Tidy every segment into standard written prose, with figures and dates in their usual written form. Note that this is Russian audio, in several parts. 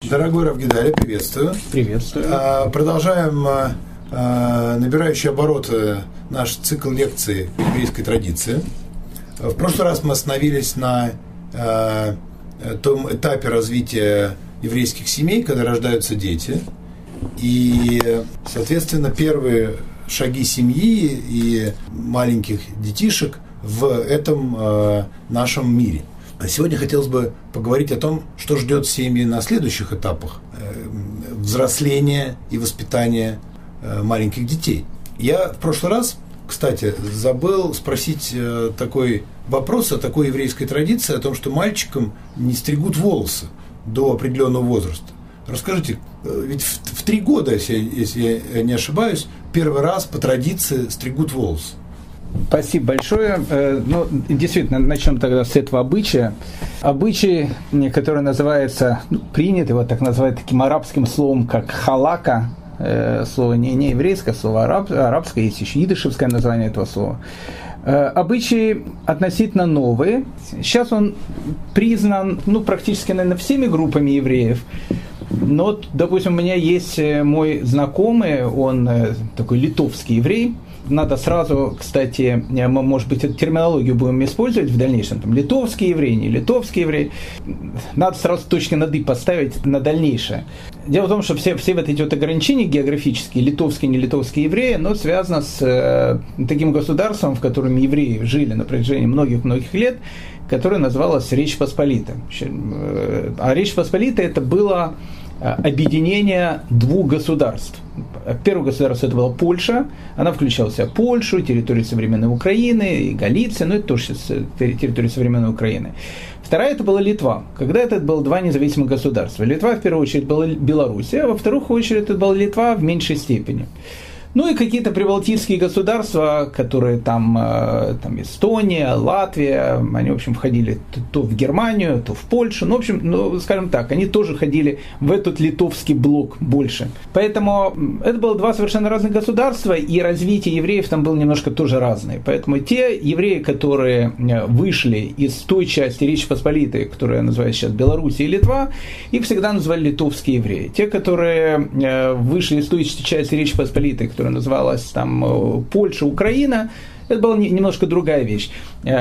Дорогой Рав Гедаля, приветствую. Приветствую. Продолжаем набирающий обороты наш цикл лекций еврейской традиции. В прошлый раз мы остановились на том этапе развития еврейских семей, когда рождаются дети. И, соответственно, первые шаги семьи и маленьких детишек в этом нашем мире. А сегодня хотелось бы поговорить о том, что ждет семьи на следующих этапах взросления и воспитания маленьких детей. Я в прошлый раз, кстати, забыл спросить такой вопрос о такой еврейской традиции, о том, что мальчикам не стригут волосы до определенного возраста. Расскажите, ведь в 3 года, если я не ошибаюсь, первый раз по традиции стригут волосы. Спасибо большое. Ну, действительно, начнем тогда с этого обычая. Обычай, который называется, принят его так называют таким арабским словом, как халака. Слово не еврейское, слово арабское, есть еще идышевское название этого слова. Обычай относительно новый. Сейчас он признан, практически, наверное, всеми группами евреев. Но, допустим, у меня есть мой знакомый, он такой литовский еврей. Надо сразу, кстати, мы, может быть, эту терминологию будем использовать в дальнейшем. Там, литовский еврей, не литовский еврей. Надо сразу точки над «и» поставить на дальнейшее. Дело в том, что все вот эти вот ограничения географические, литовские, не литовские евреи, но связано с таким государством, в котором евреи жили на протяжении многих-многих лет, которое называлось Речь Посполита. А Речь Посполита это было объединение 2 государств. Первое государство это была Польша, она включала в себя Польшу, территорию современной Украины, и Галиция, но это тоже территория современной Украины. Вторая это была Литва. Когда это было 2 независимых государства. Литва в первую очередь была Белоруссия, а во вторую очередь это была Литва в меньшей степени. Ну и какие-то прибалтийские государства, которые там Эстония, Латвия, они, в общем, входили то в Германию, то в Польшу. Ну, в общем, скажем так, они тоже ходили в этот литовский блок больше. Поэтому это было 2 совершенно разных государства, и развитие евреев там было немножко тоже разное. Поэтому те евреи, которые вышли из той части Речи Посполитой, которая называется сейчас Белоруссия и Литва, их всегда называли литовские евреи. Те, которые вышли из той части Речи Посполитой, которая называлась там Польша, Украина, это была немножко другая вещь.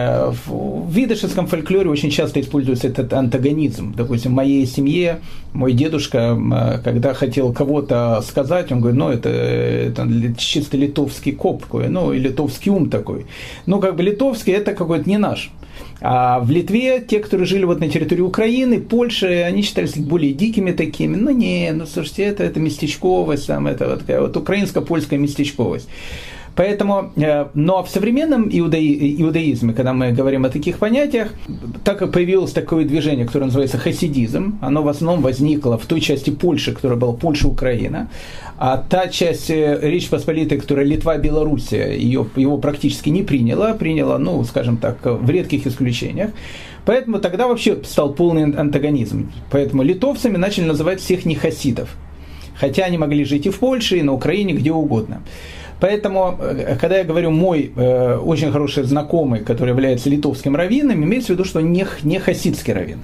В идышевском фольклоре очень часто используется этот антагонизм. Допустим, в моей семье мой дедушка, когда хотел кого-то сказать, он говорит, это чисто литовский коп такой, и литовский ум такой. Литовский это какой-то не наш. А в Литве те, которые жили вот на территории Украины, Польши, они считались более дикими такими. Слушайте, это местечковость, это вот такая вот украинско-польская местечковость. Поэтому, но в современном иудаизме, когда мы говорим о таких понятиях, так как появилось такое движение, которое называется хасидизм, оно в основном возникло в той части Польши, которая была Польша-Украина, а та часть Речи Посполитой, которая Литва-Белоруссия, его практически не приняла, скажем так, в редких исключениях. Поэтому тогда вообще стал полный антагонизм. Поэтому литовцами начали называть всех нехасидов. Хотя они могли жить и в Польше, и на Украине, где угодно. Поэтому, когда я говорю «мой очень хороший знакомый, который является литовским раввином», имеется в виду, что он не хасидский раввин.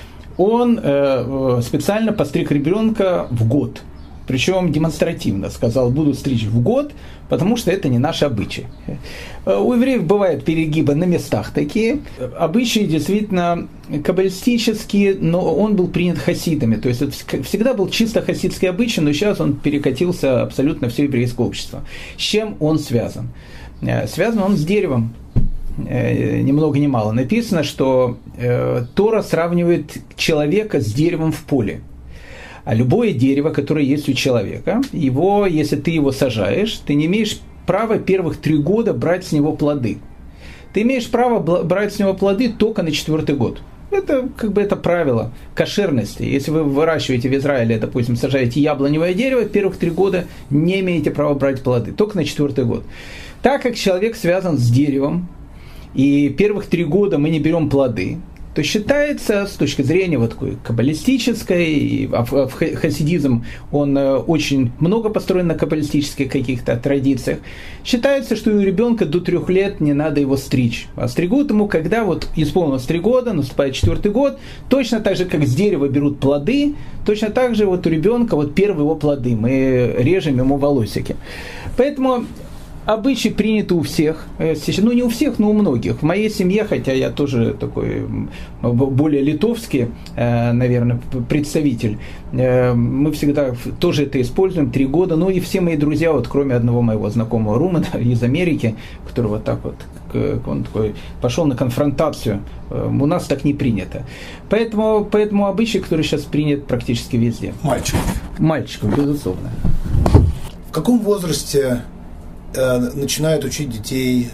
Он специально постриг ребенка в год. Причем демонстративно сказал, буду стричь в год, потому что это не наши обычаи. У евреев бывают перегибы на местах такие. Обычаи действительно каббалистические, но он был принят хасидами. То есть это всегда был чисто хасидский обычай, но сейчас он перекатился абсолютно все еврейское общество. С чем он связан? Связан он с деревом. Ни много ни мало. Написано, что Тора сравнивает человека с деревом в поле. А любое дерево, которое есть у человека, если ты его сажаешь, ты не имеешь права первых 3 года брать с него плоды. Ты имеешь право брать с него плоды только на 4-й год. Это правило кошерности. Если вы выращиваете в Израиле, допустим, сажаете яблоневое дерево, первых 3 года не имеете права брать плоды, только на 4-й год. Так как человек связан с деревом, и первых 3 года мы не берем плоды, то считается с точки зрения вот такой каббалистической, хасидизм, он очень много построен на каббалистических каких-то традициях, считается, что у ребенка до 3 лет не надо его стричь. А стригут ему, когда вот исполнилось 3 года, наступает 4-й год, точно так же, как с дерева берут плоды, точно так же вот у ребенка вот первые его плоды, мы режем ему волосики. Поэтому обычаи приняты у всех, ну не у всех, но у многих. В моей семье, хотя я тоже такой более литовский, наверное, представитель, мы всегда тоже это используем 3 года. Ну и все мои друзья, вот кроме одного моего знакомого румына из Америки, который вот так вот, он такой пошел на конфронтацию, у нас так не принято. Поэтому обычай, который сейчас принят практически везде. Мальчиков, безусловно. В каком возрасте начинают учить детей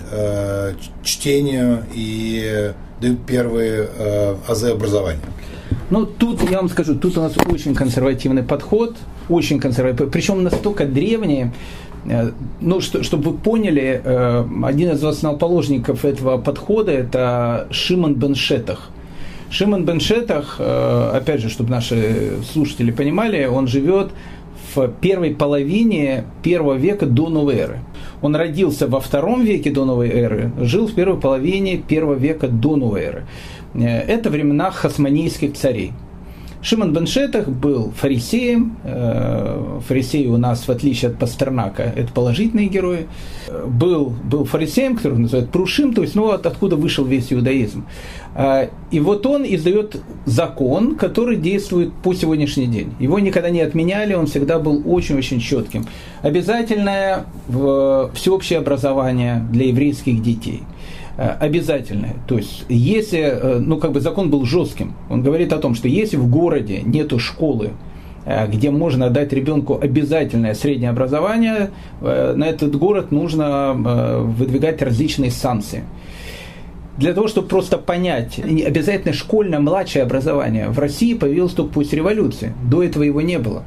чтению и дают первые азы образования? Ну, тут, я вам скажу, тут у нас очень консервативный подход, очень консервативный, причем настолько древний. Ну, чтобы вы поняли, один из основоположников этого подхода – это Шимон бен Шетах. Шимон бен Шетах, опять же, чтобы наши слушатели понимали, он живет в первой половине 1 века до новой эры. Он родился во 2 веке до новой эры, жил в первой половине 1 века до новой эры. Это времена хасмонейских царей. Шимон бен Шетах был фарисеем. Фарисеи у нас, в отличие от Пастернака, это положительные герои. Был фарисеем, которого называют Прушим, то есть, ну, откуда вышел весь иудаизм. И вот он издает закон, который действует по сегодняшний день. Его никогда не отменяли, он всегда был очень-очень четким. Обязательное всеобщее образование для еврейских детей. Обязательное. То есть, если, ну, как бы закон был жестким, он говорит о том, что если в городе нету школы, где можно дать ребенку обязательное среднее образование, на этот город нужно выдвигать различные санкции. Для того, чтобы просто понять, обязательно школьное младшее образование в России появилось только после революции. До этого его не было.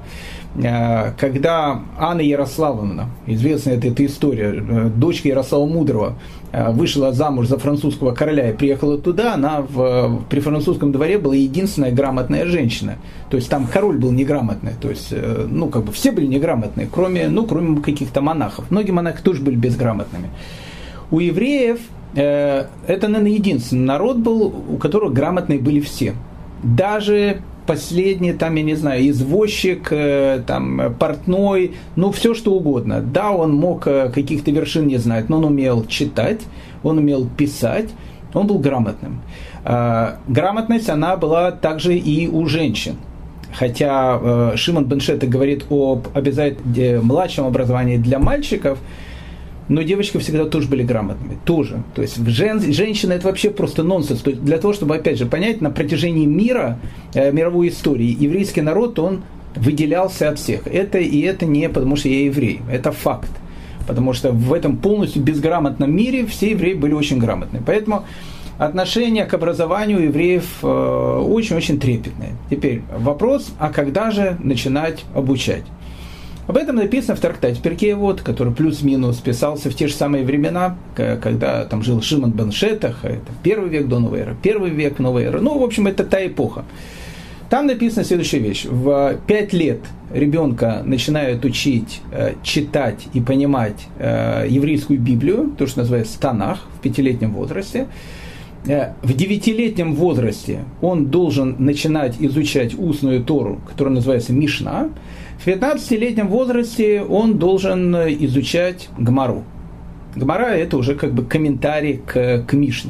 Когда Анна Ярославовна, известная эта история, дочка Ярослава Мудрого, вышла замуж за французского короля и приехала туда, она при французском дворе была единственная грамотная женщина. То есть там король был неграмотный, то есть, ну, как бы все были неграмотные, кроме каких-то монахов. Многие монахи тоже были безграмотными. У евреев это, наверное, единственный народ был, у которого грамотные были все. Даже последний, там, я не знаю, извозчик, там, портной, ну, все что угодно. Да, он мог каких-то вершин не знать, но он умел читать, он умел писать, он был грамотным. Грамотность, она была также и у женщин. Хотя Шимон бен Шетах говорит об обязательном младшем образовании для мальчиков, но девочки всегда тоже были грамотными. Тоже. То есть женщина – это вообще просто нонсенс. То есть для того, чтобы, опять же, понять, на протяжении мира, мировой истории, еврейский народ, он выделялся от всех. Это не потому, что я еврей. Это факт. Потому что в этом полностью безграмотном мире все евреи были очень грамотны. Поэтому отношение к образованию евреев очень-очень трепетное. Теперь вопрос, а когда же начинать обучать? Об этом написано в трактате Перкей Авот, который плюс-минус писался в те же самые времена, когда там жил Шимон бен Шетах, это 1 век до новой эры, 1 век новой эры. Ну, в общем, это та эпоха. Там написана следующая вещь. В 5 лет ребенка начинают учить читать и понимать еврейскую Библию, то, что называется Танах, в 5-летнем возрасте. В 9-летнем возрасте он должен начинать изучать устную Тору, которая называется Мишна. В 15-летнем возрасте он должен изучать Гмару. Гмара – это уже как бы комментарий к Мишне.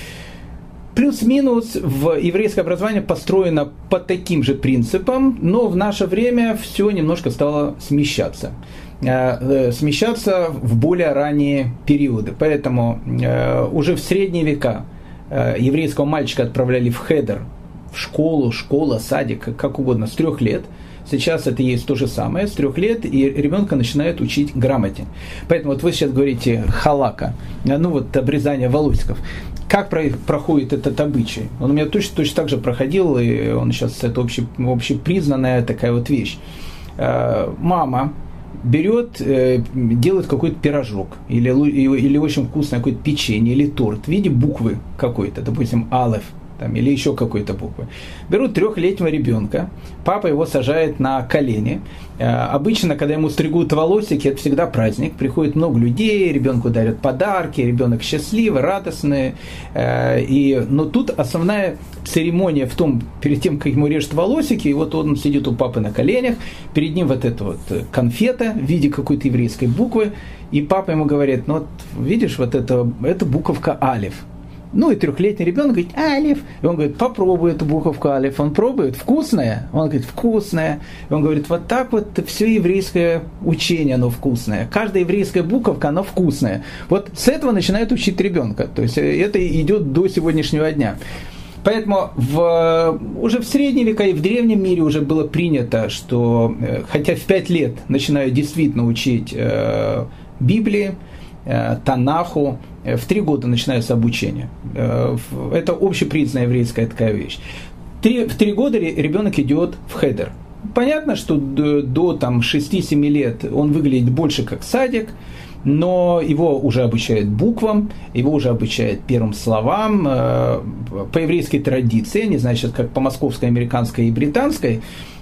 Плюс-минус в еврейское образование построено по таким же принципам, но в наше время все немножко стало смещаться. Смещаться в более ранние периоды. Поэтому уже в средние века еврейского мальчика отправляли в хедер, в школа, садик, как угодно, с 3 лет. Сейчас это есть то же самое, с 3 лет, и ребенка начинают учить грамоте. Поэтому вот вы сейчас говорите халака, ну вот обрезание волосиков. Как проходит этот обычай? Он у меня точно так же проходил, и он сейчас это общепризнанная такая вот вещь. Мама берет, делает какой-то пирожок, или очень вкусное какое-то печенье, или торт в виде буквы какой-то, допустим, алеф, там, или еще какой-то буквы. Берут 3-летнего ребенка, папа его сажает на колени. Обычно, когда ему стригут волосики, это всегда праздник. Приходит много людей, ребенку дарят подарки, ребенок счастливый, радостный. Но тут основная церемония в том, перед тем, как ему режут волосики, и вот он сидит у папы на коленях, перед ним вот эта вот конфета в виде какой-то еврейской буквы, и папа ему говорит, ну вот видишь, вот это буковка алиф. Ну и 3-летний ребенок говорит, алиф. И он говорит, попробуй эту буковку алиф. Он пробует, вкусная? Он говорит, вкусная. И он говорит, вот так вот все еврейское учение, оно вкусное. Каждая еврейская буковка, она вкусная. Вот с этого начинают учить ребенка. То есть это идет до сегодняшнего дня. Поэтому уже в средние века и в древнем мире уже было принято, что хотя в 5 лет начинают действительно учить Библии, Танаху, в 3 года начинается обучение. Это общепризнанная еврейская такая вещь. В 3 года ребенок идет в хедер. Понятно, что до 6-7 лет он выглядит больше как садик, но его уже обучают буквам, его уже обучают первым словам, по еврейской традиции, не знаю сейчас как по московской, американской и британской,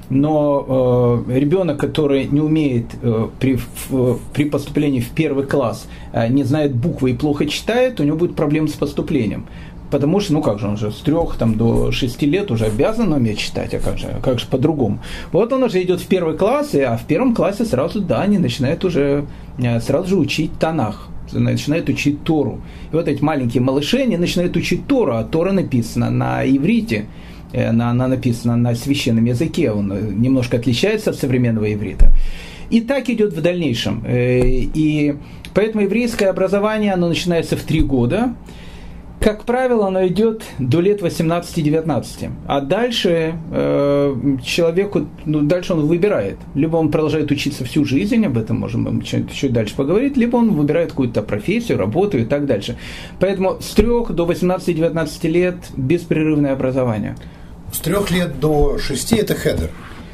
но ребенок, который не умеет при поступлении в 1 класс, не знает буквы и плохо читает, у него будет проблемы с поступлением. Потому что, он же с 3 до 6 лет уже обязан уметь читать, а как же по-другому. Вот он уже идет в 1 класс, а в 1 классе сразу, они начинают уже сразу же учить Танах, начинают учить Тору. И вот эти маленькие малыши, они начинают учить Тору, а Тора написана на иврите, она написана на священном языке, он немножко отличается от современного иврита. И так идет в дальнейшем. И поэтому еврейское образование, оно начинается в 3 года. Как правило, оно идет до лет 18-19. А дальше человеку, дальше он выбирает. Либо он продолжает учиться всю жизнь, об этом можем чуть дальше поговорить, либо он выбирает какую-то профессию, работу и так дальше. Поэтому с 3 до 18-19 лет беспрерывное образование. С 3 лет до 6 это хедер.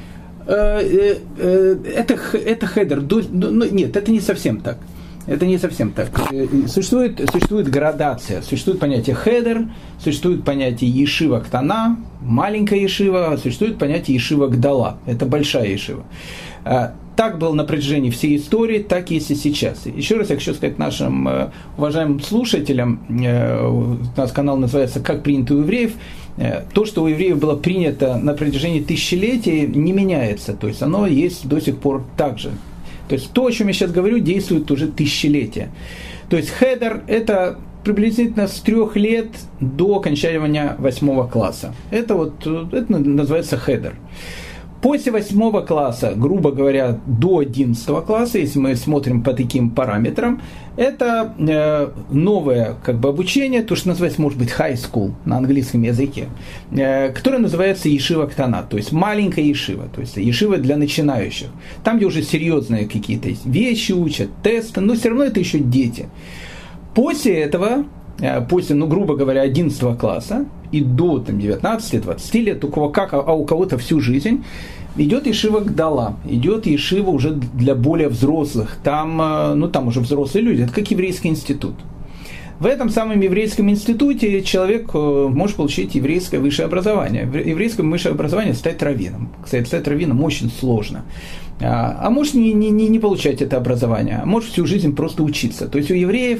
Это хедер. Нет, это не совсем так. Это не совсем так. Существует градация. Существует понятие хедер, существует понятие ешива ктана, маленькая ешива, существует понятие ешива гдала. Это большая ешива. Так было на протяжении всей истории, так есть и сейчас. Еще раз я хочу сказать нашим уважаемым слушателям, у нас канал называется «Как принято у евреев», то, что у евреев было принято на протяжении тысячелетий, не меняется. То есть оно есть до сих пор так же. То есть то, о чем я сейчас говорю, действует уже тысячелетия. То есть хедер – это приблизительно с 3 лет до окончания 8 класса. Это называется хедер. После 8 класса, грубо говоря, до 11 класса, если мы смотрим по таким параметрам, это новое обучение, то, что называется, может быть, high school на английском языке, которое называется ешива ктана, то есть маленькая ешива, то есть ешива для начинающих. Там, где уже серьезные какие-то вещи учат, тесты, но все равно это еще дети. После этого, грубо говоря, 11 класса и до 19-20 лет, у кого как, а у кого-то всю жизнь, идет ешива гдала, идет ешива уже для более взрослых. Там уже взрослые люди, это как еврейский институт. В этом самом еврейском институте человек может получить еврейское высшее образование. Еврейское высшее образование стать раввином. Кстати, стать раввином очень сложно. А может не получать это образование, а может всю жизнь просто учиться. То есть у евреев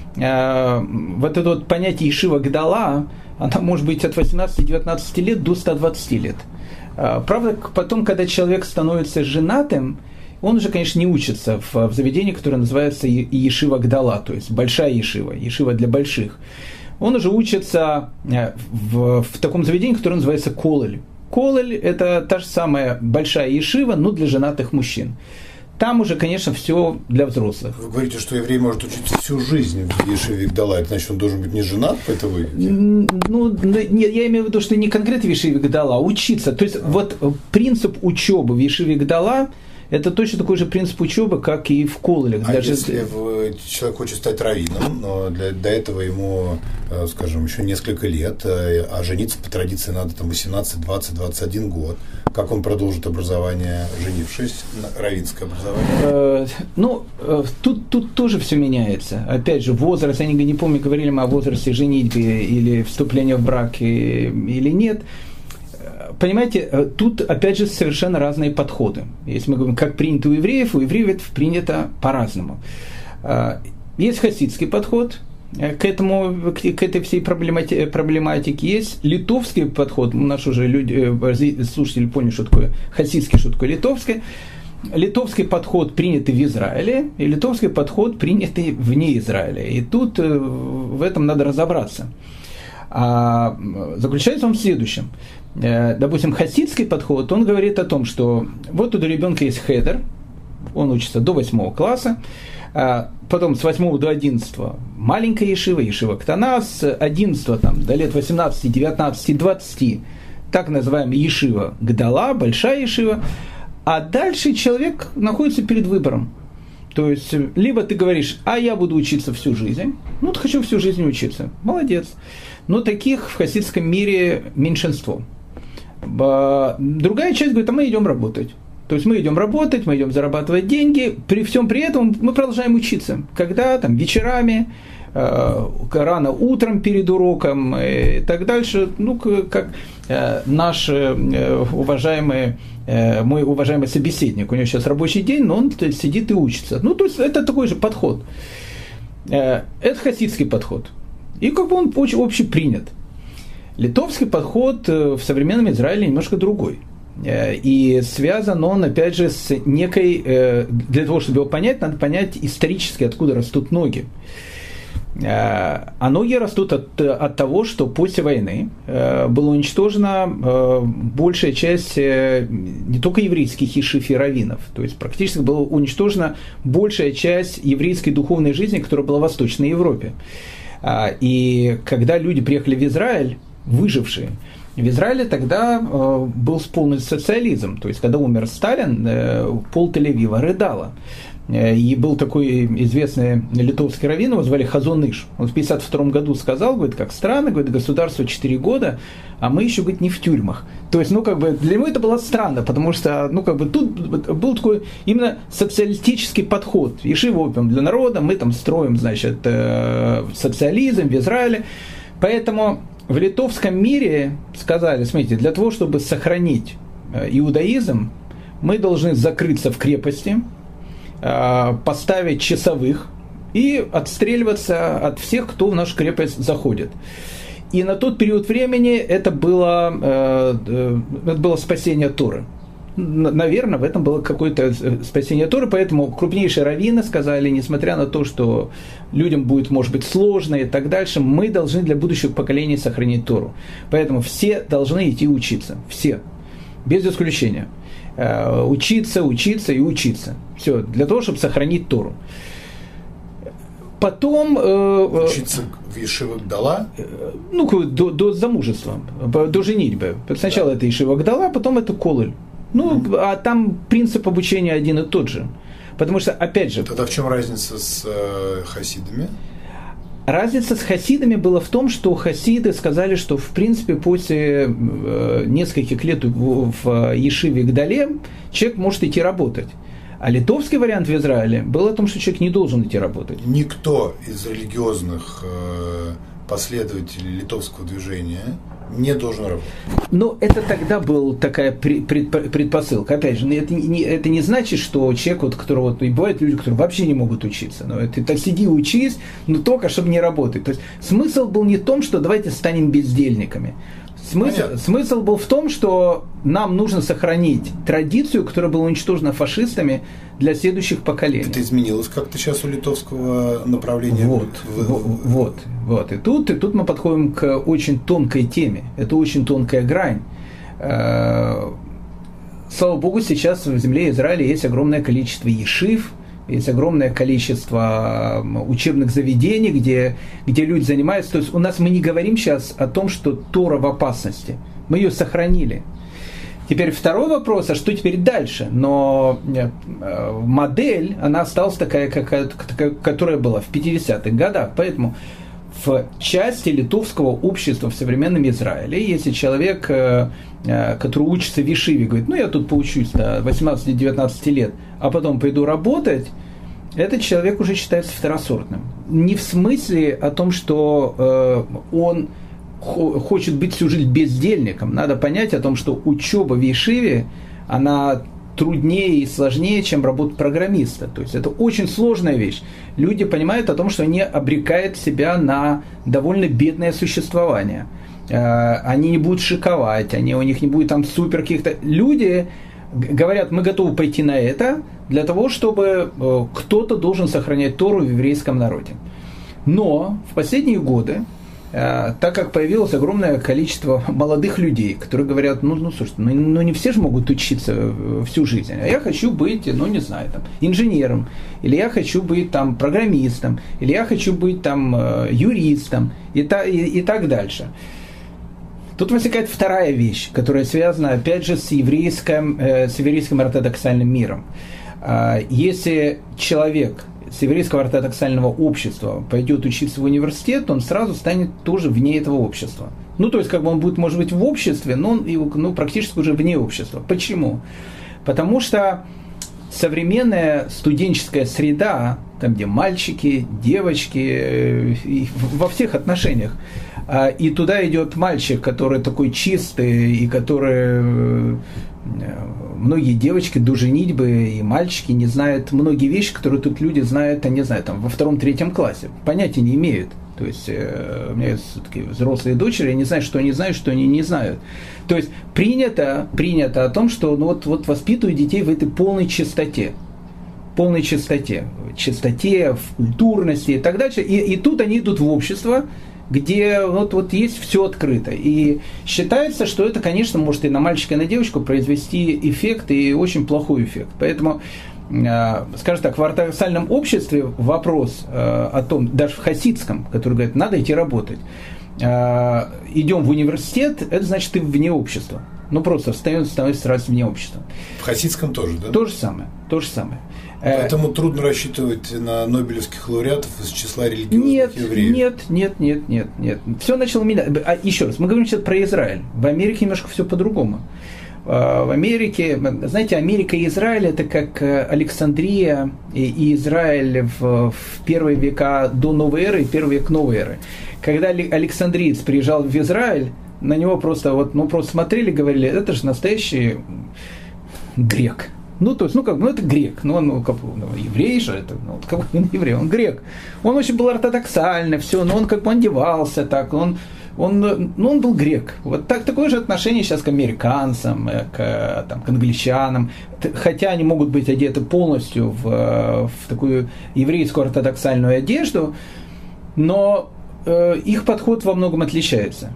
вот это понятие ешива гдала, она может быть от 18-19 лет до 120 лет. Правда, потом, когда человек становится женатым, он уже, конечно, не учится в заведении, которое называется ешива гдала, то есть большая ешива для больших. Он уже учится в таком заведении, которое называется колель. Колель – это та же самая большая ешива, но для женатых мужчин. Там уже, конечно, все для взрослых. Вы говорите, что еврей может учиться всю жизнь в ешиве гдала, это значит, он должен быть не женат, это вы? Нет, я имею в виду, что не конкретно в ешиве гдала, а учиться. То есть вот принцип учебы в ешиве гдала это точно такой же принцип учебы, как и в колледжах. А даже если человек хочет стать раввином, но до этого ему, скажем, еще несколько лет, а жениться по традиции надо там 18, 20, 21 год, как он продолжит образование, женившись, раввинское образование? Тут тоже все меняется. Опять же, возраст, я не помню, говорили мы о возрасте женитьбы или вступления в брак или нет. Понимаете, тут, опять же, совершенно разные подходы. Если мы говорим, как принято у евреев это принято по-разному. Есть хасидский подход к этой всей проблематике. Есть литовский подход. Наши уже слушатели поняли, что такое хасидский, что такое литовский. Литовский подход принятый в Израиле, и литовский подход принятый вне Израиля. И тут в этом надо разобраться. Заключается он в следующем. Допустим, хасидский подход, он говорит о том, что вот у ребенка есть хедер, он учится до 8 класса, потом с 8 до 11 маленькая ешива ктана, с 11 до лет 18, 19, 20, так называемая ешива гдала, большая ешива, а дальше человек находится перед выбором. То есть, либо ты говоришь, я буду учиться всю жизнь, хочу всю жизнь учиться, молодец. Но таких в хасидском мире меньшинство. Другая часть говорит, мы идем работать. То есть мы идем работать, мы идем зарабатывать деньги, при всем при этом мы продолжаем учиться. Когда вечерами, рано утром перед уроком и так дальше, как наш мой уважаемый собеседник, у него сейчас рабочий день, но он сидит и учится. То есть это такой же подход. Это хасидский подход. И он очень общепринят. Литовский подход в современном Израиле немножко другой. И связан он, опять же, с некой... Для того, чтобы его понять, надо понять исторически, откуда растут ноги. А ноги растут от того, что после войны была уничтожена большая часть не только еврейских ешив и раввинов. То есть практически была уничтожена большая часть еврейской духовной жизни, которая была в Восточной Европе. И когда люди приехали в Израиль, выжившие, в Израиле тогда был полный социализм. То есть, когда умер Сталин, пол Тель-Авива рыдало. И был такой известный литовский раввин, его звали Хазон Иш. Он в 1952 году сказал, говорит, как странно, говорит, государство 4 года, а мы еще, говорит, не в тюрьмах. То есть, для него это было странно, потому что, тут был такой именно социалистический подход. Ешива опиум для народа, мы строим, социализм в Израиле. Поэтому в литовском мире сказали, смотрите, для того, чтобы сохранить иудаизм, мы должны закрыться в крепости, поставить часовых и отстреливаться от всех, кто в нашу крепость заходит. И на тот период времени это было спасение Торы. Наверное, в этом было какое-то спасение Торы, поэтому крупнейшие раввины сказали, несмотря на то, что людям будет, может быть, сложно и так дальше, мы должны для будущих поколений сохранить Тору. Поэтому все должны идти учиться. Все. Без исключения. Учиться и учиться. Все. Для того, чтобы сохранить Тору. Потом... Учиться в ешива гдала? До замужества, до женитьбы. Сначала это ешива гдала, потом это колель. А там принцип обучения один и тот же. Потому что, опять же... Тогда в чем разница с хасидами? Разница с хасидами была в том, что хасиды сказали, что, в принципе, после нескольких лет в ешиве гдале человек может идти работать. А литовский вариант в Израиле был о том, что человек не должен идти работать. Никто из религиозных последователей литовского движения не должен работать. Но это тогда была такая предпосылка. Опять же, это не значит, что человек, которого и бывают люди, которые вообще не могут учиться. Но это сиди учись, но только чтобы не работать. То есть смысл был не в том, что давайте станем бездельниками. Смысл был в том, что нам нужно сохранить традицию, которая была уничтожена фашистами для следующих поколений. Это изменилось как-то сейчас у литовского направления? Вот. И тут мы подходим к очень тонкой теме. Это очень тонкая грань. Слава Богу, сейчас в земле Израиля есть огромное количество ешив, есть огромное количество учебных заведений, где люди занимаются. То есть мы не говорим сейчас о том, что Тора в опасности. Мы ее сохранили. Теперь второй вопрос, а что теперь дальше? Но модель, она осталась такая, которая была в 50-х годах. Поэтому в части литовского общества в современном Израиле, если человек, который учится в Ешиве, говорит, я тут поучусь до 18-19 лет, а потом пойду работать, этот человек уже считается второсортным. Не в смысле о том, что он хочет быть всю жизнь бездельником. Надо понять о том, что учеба в Ешиве, она труднее и сложнее, чем работа программиста. То есть это очень сложная вещь. Люди понимают о том, что они обрекают себя на довольно бедное существование. Они не будут шиковать, у них не будет там супер каких-то... Люди говорят, мы готовы пойти на это для того, чтобы кто-то должен сохранять Тору в еврейском народе. Но в последние годы, так как появилось огромное количество молодых людей, которые говорят, слушайте, не все же могут учиться всю жизнь, а я хочу быть, инженером, или я хочу быть программистом, или я хочу быть юристом и так дальше. Тут возникает вторая вещь, которая связана, опять же, с еврейским ортодоксальным миром. Если человек с еврейского ортодоксального общества пойдет учиться в университет, он сразу станет тоже вне этого общества. То есть, он будет, может быть, в обществе, но он практически уже вне общества. Почему? Потому что современная студенческая среда, там, где мальчики, девочки, во всех отношениях, и туда идет мальчик, который такой чистый, и который... Многие девочки до женитьбы и мальчики не знают многие вещи, которые тут люди знают, во 2-3 классе. Понятия не имеют. То есть у меня есть такие взрослые дочери, они знают, что они знают, что они не знают. То есть принято о том, что вот воспитывают детей в этой полной чистоте. Чистоте, в культурности и так дальше. И тут они идут в общество, где есть все открыто. И считается, что это, конечно, может и на мальчика, и на девочку произвести эффект, и очень плохой эффект. Поэтому, скажем так, в ортодоксальном обществе вопрос о том, даже в хасидском, который говорит, надо идти работать, идем в университет, это значит, ты вне общества. Просто становишься сразу вне общества. В хасидском тоже, да? То же самое. Поэтому трудно рассчитывать на нобелевских лауреатов из числа религиозных евреев. Нет. Все начало менять. Еще раз, мы говорим сейчас про Израиль. В Америке немножко все по-другому. В Америке, знаете, Америка и Израиль – это как Александрия и Израиль в первые века до новой эры и первый век новой эры. Когда александриец приезжал в Израиль, на него просто смотрели, говорили, это же настоящий грек. Это грек, еврей же, он еврей, он грек. Он очень был ортодоксальный, все, но он одевался так, он был грек. Такое же отношение сейчас к американцам, к англичанам, хотя они могут быть одеты полностью в такую еврейскую ортодоксальную одежду, но их подход во многом отличается.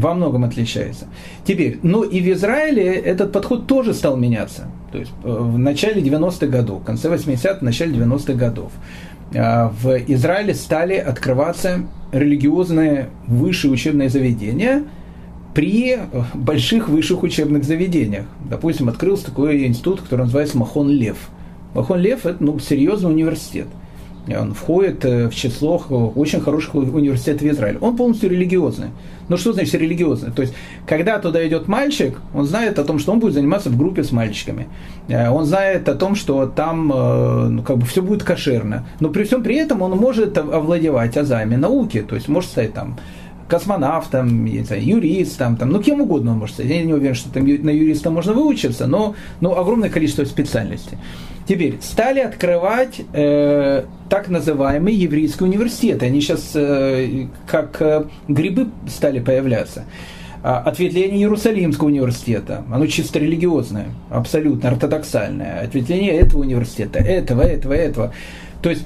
Теперь, и в Израиле этот подход тоже стал меняться. То есть в начале 90-х годов, в конце 80-х, начале 90-х годов в Израиле стали открываться религиозные высшие учебные заведения при больших высших учебных заведениях. Допустим, открылся такой институт, который называется Махон Лев. Махон Лев – это серьезный университет. Он входит в число очень хороших университетов в Израиле. Он полностью религиозный. Что значит религиозный? То есть, когда туда идет мальчик, он знает о том, что он будет заниматься в группе с мальчиками. Он знает о том, что там все будет кошерно. Но при всем при этом он может овладевать азами науки. То есть, может стать космонавтом, юристом, кем угодно он может стать. Я не уверен, что там на юриста можно выучиться, но огромное количество специальностей. Теперь стали открывать так называемые еврейские университеты. Они сейчас как грибы стали появляться. Ответвление Иерусалимского университета, оно чисто религиозное, абсолютно ортодоксальное. Ответвление этого университета, этого. То есть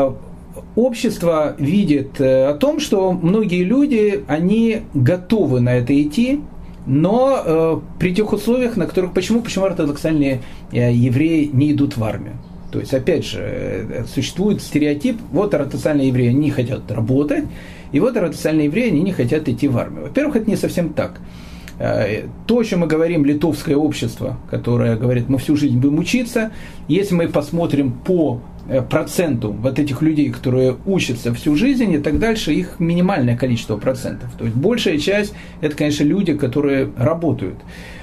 общество видит о том, что многие люди, они готовы на это идти, но при тех условиях, на которых... Почему ортодоксальные евреи не идут в армию? То есть, опять же, существует стереотип, ортодоксальные евреи не хотят работать, и ортодоксальные евреи, они не хотят идти в армию. Во-первых, это не совсем так. То, о чем мы говорим, литовское общество, которое говорит, мы всю жизнь будем учиться, если мы посмотрим по проценту вот этих людей, которые учатся всю жизнь и так дальше, их минимальное количество процентов. То есть большая часть – это, конечно, люди, которые работают.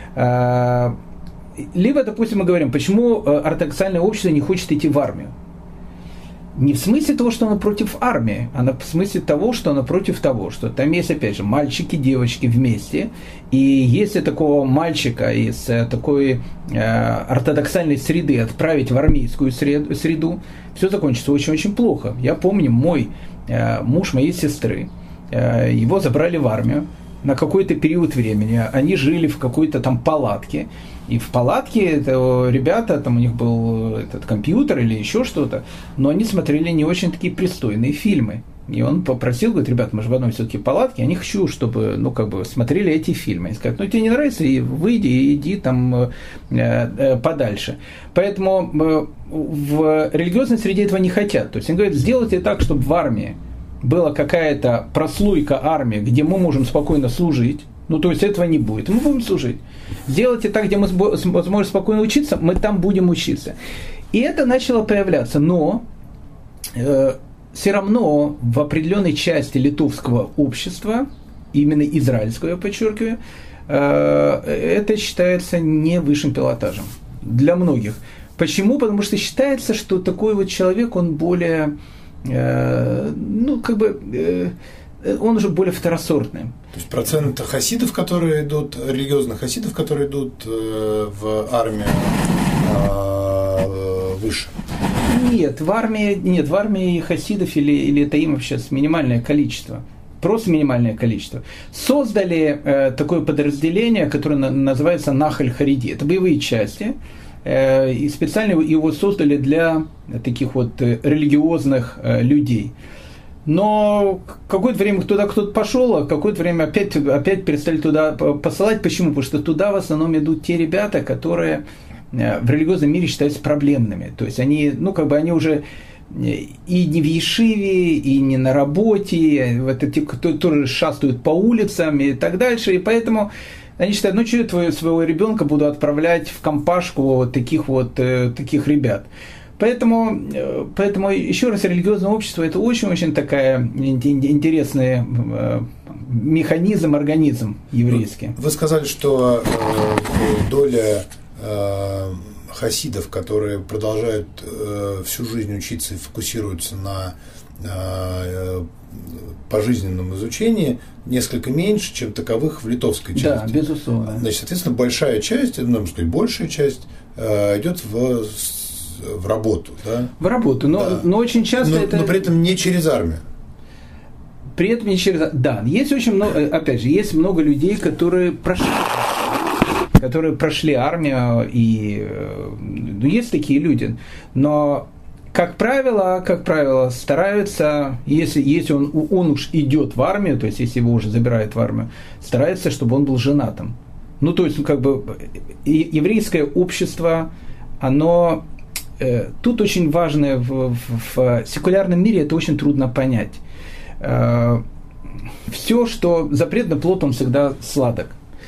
Либо, допустим, мы говорим, почему ортодоксальное общество не хочет идти в армию. Не в смысле того, что оно против армии, а в смысле того, что оно против того, что там есть, опять же, мальчики, девочки вместе, и если такого мальчика из такой ортодоксальной среды отправить в армейскую среду, все закончится очень-очень плохо. Я помню, мой муж моей сестры, его забрали в армию на какой-то период времени, они жили в какой-то там палатке, и в палатке ребята, там у них был этот компьютер или еще что-то, но они смотрели не очень такие пристойные фильмы. И он попросил, говорит, ребят, мы же в одной все-таки палатке, я не хочу, чтобы, смотрели эти фильмы. И сказать, тебе не нравится, и выйди, и иди там подальше. Поэтому в религиозной среде этого не хотят. То есть они говорят, сделайте так, чтобы в армии была какая-то прослойка армии, где мы можем спокойно служить. То есть этого не будет. Мы будем служить. Сделайте так, где мы сможем спокойно учиться, мы там будем учиться. И это начало появляться. Но все равно в определенной части литовского общества, именно израильского, я подчеркиваю, это считается не высшим пилотажем для многих. Почему? Потому что считается, что такой вот человек, он более, он уже более второсортный. То есть процент хасидов, которые идут, религиозных хасидов, которые идут в армию, выше? Нет, в армии хасидов или таим вообще минимальное количество. Просто минимальное количество. Создали такое подразделение, которое называется Нахаль Хариди. Это боевые части. И специально его создали для таких вот религиозных людей. Но какое-то время туда кто-то пошел, а какое-то время опять перестали туда посылать. Почему? Потому что туда в основном идут те ребята, которые в религиозном мире считаются проблемными. То есть они уже и не в ешиве, и не на работе, вот эти, кто тоже шастают по улицам и так дальше. И поэтому они считают, что я своего ребенка буду отправлять в компашку вот таких ребят. Поэтому еще раз, религиозное общество – это очень-очень такая интересный механизм, организм еврейский. Вы сказали, что доля хасидов, которые продолжают всю жизнь учиться и фокусируются на пожизненном изучении, несколько меньше, чем таковых в литовской части. Да, безусловно. Значит, соответственно, большая часть, большая часть идет в работу, да? В работу, но очень часто это... Но при этом не через армию. При этом не через... Да, есть очень много, опять же, есть много людей, которые прошли армию, и есть такие люди, но, как правило, стараются, если он уж идет в армию, то есть если его уже забирают в армию, стараются, чтобы он был женатым. То есть, еврейское общество, оно... Тут очень важно, в секулярном мире это очень трудно понять. Все, что запретный плод, он всегда сладок.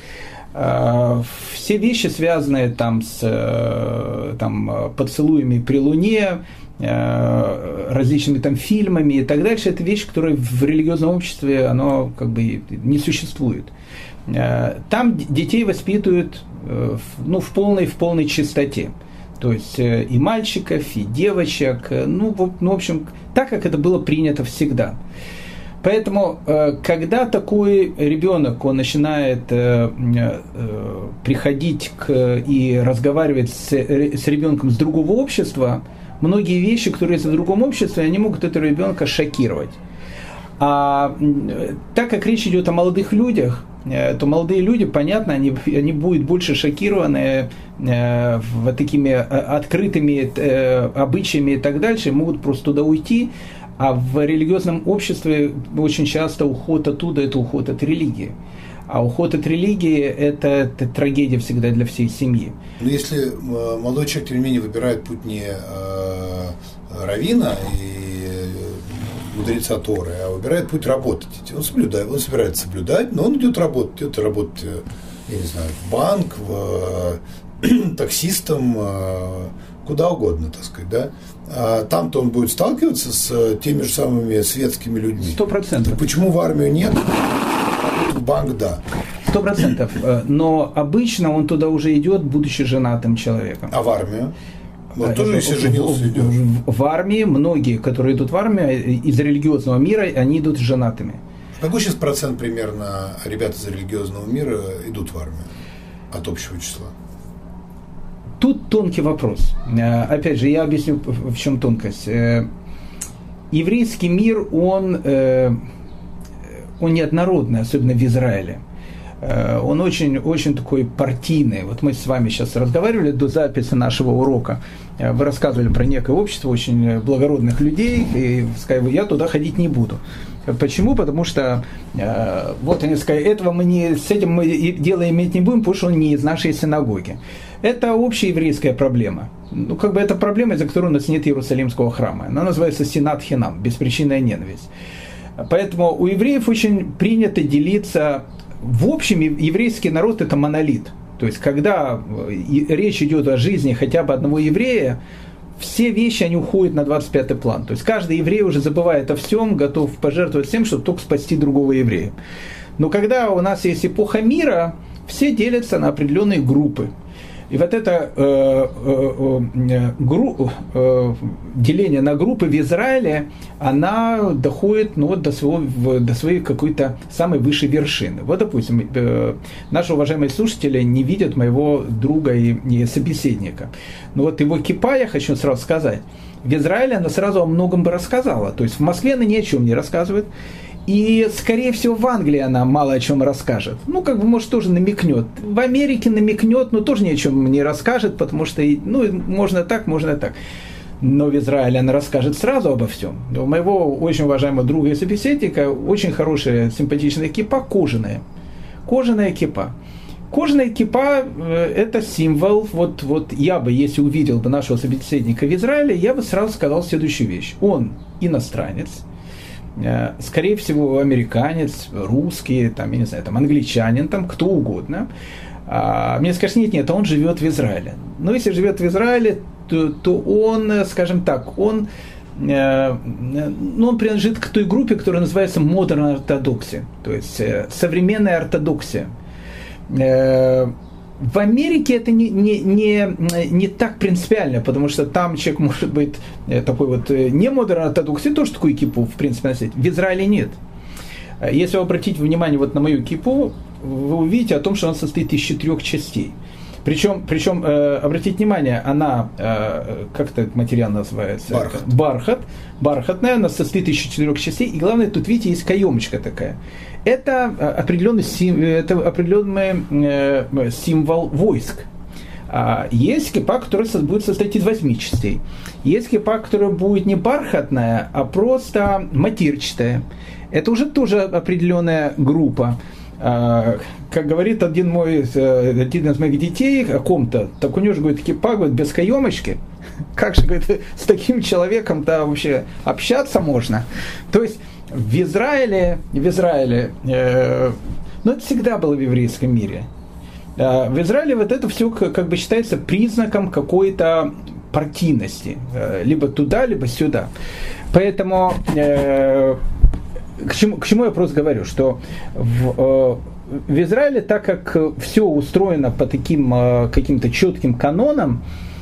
Все вещи, связанные с поцелуями при луне, различными фильмами и так дальше, это вещи, которые в религиозном обществе оно не существует. Там детей воспитывают в полной чистоте. То есть и мальчиков, и девочек, в общем, так, как это было принято всегда. Поэтому, когда такой ребенок, он начинает приходить и разговаривать с ребенком с другого общества, многие вещи, которые есть в другом обществе, они могут этого ребенка шокировать. А так как речь идет о молодых людях, то молодые люди, понятно, они будут больше шокированы такими открытыми обычаями и так дальше, могут просто туда уйти. А в религиозном обществе очень часто уход оттуда – это уход от религии. А уход от религии – это трагедия всегда для всей семьи. Но если молодой человек, тем не менее, выбирает путь не раввина и мудреца Торы, а выбирает путь работать. Он собирается соблюдать, но он идет работать я не знаю, в банк, таксистом, куда угодно, так сказать, да? А там-то он будет сталкиваться с теми же самыми светскими людьми. 100%. Почему в армию нет, а тут в банк да? 100%. Но обычно он туда уже идет, будучи женатым человеком. А в армию? Вот тоже, если женился, идешь. В армии многие, которые идут в армию из религиозного мира, они идут женатыми. Какой сейчас процент примерно ребят из религиозного мира идут в армию от общего числа? Тут тонкий вопрос. Опять же, я объясню, в чем тонкость. Еврейский мир, он неоднородный, особенно в Израиле. Он очень, очень такой партийный. Вот мы с вами сейчас разговаривали до записи нашего урока. Вы рассказывали про некое общество очень благородных людей, и сказали, я туда ходить не буду. Почему? Потому что вот они сказали, с этим мы дело иметь не будем, потому что он не из нашей синагоги. Это общая еврейская проблема. Ну, как бы это проблема, из-за которой у нас нет Иерусалимского храма. Она называется Синат Хинам, беспричинная ненависть. Поэтому у евреев очень принято делиться. В общем, еврейский народ – это монолит. То есть, когда речь идет о жизни хотя бы одного еврея, все вещи, они уходят на 25-й план. То есть, каждый еврей уже забывает о всем, готов пожертвовать всем, чтобы только спасти другого еврея. Но когда у нас есть эпоха мира, все делятся на определенные группы. И вот это деление на группы в Израиле, она доходит до своей какой-то самой высшей вершины. Вот, допустим, наши уважаемые слушатели не видят моего друга и собеседника. Но вот его кипа, я хочу сразу сказать, в Израиле она сразу о многом бы рассказала. То есть в Москве она ни о чем не рассказывает. И, скорее всего, в Англии она мало о чем расскажет. Ну, как бы, может, тоже намекнет. В Америке намекнет, но тоже ни о чем не расскажет, потому что, можно так, можно так. Но в Израиле она расскажет сразу обо всем. У моего очень уважаемого друга и собеседника очень хорошая, симпатичная кипа, кожаная. Кожаная кипа. Кожаная кипа – это символ. Вот я бы, если увидел бы нашего собеседника в Израиле, я бы сразу сказал следующую вещь. Он иностранец, скорее всего, американец, русский, я не знаю, англичанин, кто угодно. Мне скажут, нет, он живет в Израиле. Но если живет в Израиле, то он, скажем так, он принадлежит к той группе, которая называется Modern Orthodoxy, то есть современная ортодоксия. В Америке это не так принципиально, потому что там человек может быть такой не модерн ортодоксии, тоже такую кипу, в принципе, носить. В Израиле нет. Если вы обратите внимание на мою кипу, вы увидите о том, что она состоит из 4 частей. Причем обратите внимание, она, как этот материал называется? Бархатная, она состоит из 4 частей, и главное, тут, видите, есть каемочка такая. Это определенный символ войск. Есть кипа, которая будет состоять из 8 частей. Есть кипа, которая будет не бархатная, а просто матерчатая. Это уже тоже определенная группа. Как говорит один из моих детей о ком-то, так у него же, говорит, кипа, говорит, без каемочки. Как же, говорит, с таким человеком-то вообще общаться можно? То есть в Израиле, это всегда было в еврейском мире. В Израиле вот это все как бы считается признаком какой-то партийности. Либо туда, либо сюда. Поэтому к чему я просто говорю, что в Израиле, так как все устроено по таким каким-то четким канонам,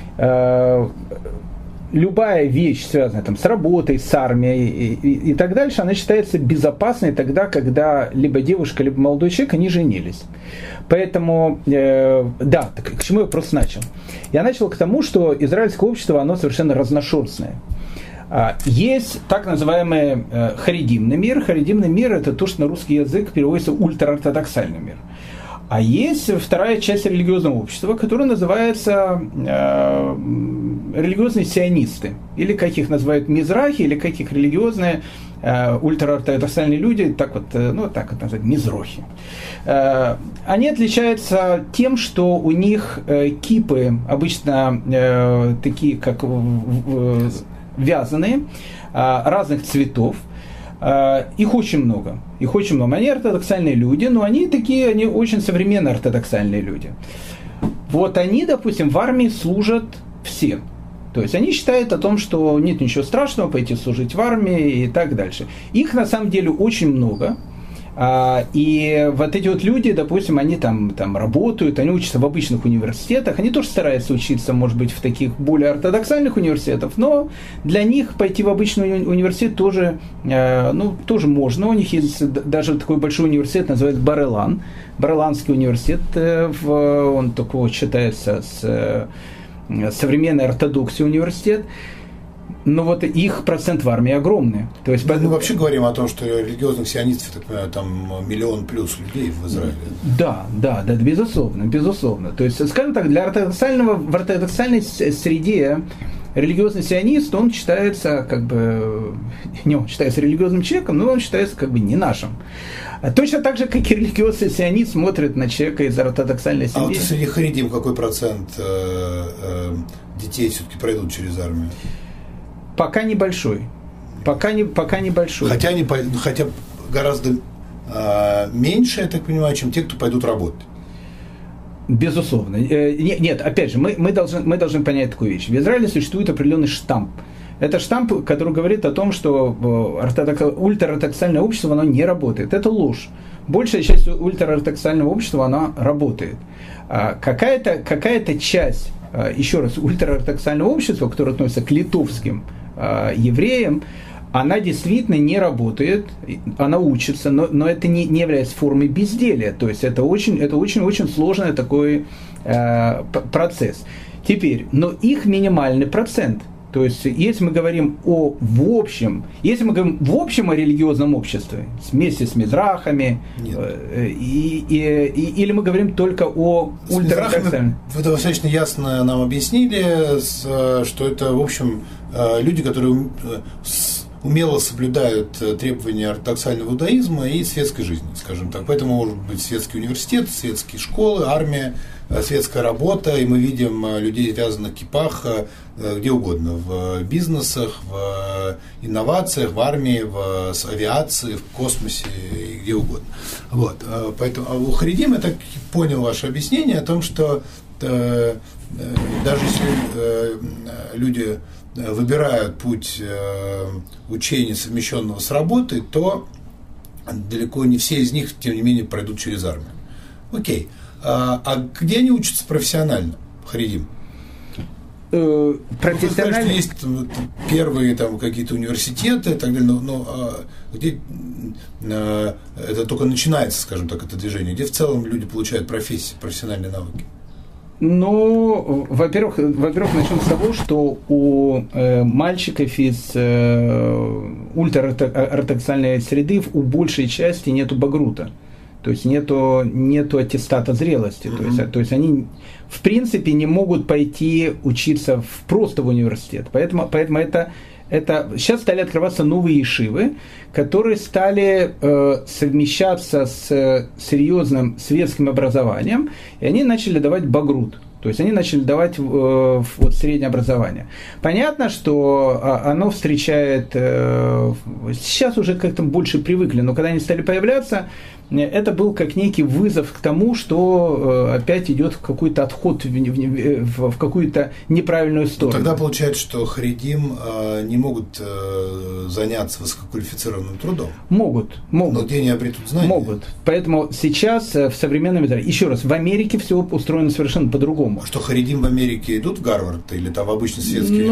любая вещь, связанная с работой, с армией и так дальше, она считается безопасной тогда, когда либо девушка, либо молодой человек, они женились. Поэтому, к чему я просто начал? Я начал к тому, что израильское общество, оно совершенно разношерстное. Есть так называемый харидимный мир. Харидимный мир – это то, что на русский язык переводится ультраортодоксальный мир. А есть вторая часть религиозного общества, которая называется религиозные сионисты. Или как их называют мизрахи, или как их религиозные ультраортодоксальные люди, так называют мизрохи. Они отличаются тем, что у них кипы обычно такие, как вязаные, разных цветов. Их очень много. Их очень много. Они ортодоксальные люди, но они такие, они очень современно ортодоксальные люди. Вот они, допустим, в армии служат все. То есть они считают о том, что нет ничего страшного пойти служить в армии и так дальше. Их на самом деле очень много. И вот эти вот люди, допустим, они там работают, они учатся в обычных университетах, они тоже стараются учиться, может быть, в таких более ортодоксальных университетах, но для них пойти в обычный университет тоже, тоже можно. У них есть даже такой большой университет, называется Бар-Илан, Бар-Иланский университет, он такой считается с современной ортодоксией университет. Но вот их процент в армии огромный. То есть, мы вообще говорим о том, что религиозных сионистов, я так понимаю, там 1 миллион плюс людей в Израиле. Да, безусловно. То есть, скажем так, в ортодоксальной среде религиозный сионист, он считается он считается религиозным человеком, но он считается не нашим. Точно так же, как и религиозный сионист смотрит на человека из ортодоксальной семьи. А вот среди харидим какой процент детей все-таки пройдут через армию? Пока небольшой. Пока небольшой. Хотя гораздо меньше, я так понимаю, чем те, кто пойдут работать. Безусловно. Нет, опять же, мы должны понять такую вещь. В Израиле существует определенный штамп. Это штамп, который говорит о том, что ультраортодоксальное общество, оно не работает. Это ложь. Большая часть ультраортодоксального общества, она работает. Какая-то часть, еще раз, ультраортодоксального общества, которое относится к литовским евреям, она действительно не работает, она учится, но это не является формой безделия. То есть это очень сложный такой процесс. Теперь, но их минимальный процент. То есть, если мы говорим в общем о религиозном обществе, вместе с мизрахами, или мы говорим только о ультраортодоксальном. Вы достаточно ясно нам объяснили, что это, в общем, люди, которые умело соблюдают требования ортодоксального иудаизма и светской жизни, скажем так. Поэтому может быть светский университет, светские школы, армия, светская работа, и мы видим людей, связанных в кипах, где угодно, в бизнесах, в инновациях, в армии, в авиации, в космосе и где угодно. Вот. Поэтому у харидим я так понял ваше объяснение о том, что даже если люди выбирают путь учения, совмещенного с работой, то далеко не все из них, тем не менее, пройдут через армию. Окей. А где они учатся профессионально, харидим? Профессионально? Вы есть первые какие-то университеты и так далее, но где это только начинается, скажем так, это движение, где в целом люди получают профессиональные навыки? Ну, во-первых, начнем с того, что у мальчиков из ультраортодоксальной среды у большей части нету багрута. То есть нету аттестата зрелости. То есть они в принципе не могут пойти учиться просто в университет. Поэтому это сейчас стали открываться новые ешивы, которые стали совмещаться с серьезным светским образованием, и они начали давать багрут. То есть они начали давать среднее образование. Понятно, что оно встречает, сейчас уже как-то больше привыкли, но когда они стали появляться, это был как некий вызов к тому, что опять идет какой-то отход в какую-то неправильную сторону. Тогда получается, что харидим не могут заняться высококвалифицированным трудом. Могут. Но где они обретут знания? Могут. Поэтому сейчас в современном Израиле, еще раз, в Америке все устроено совершенно по-другому. А что, харидим в Америке идут в Гарвард или там в обычный светский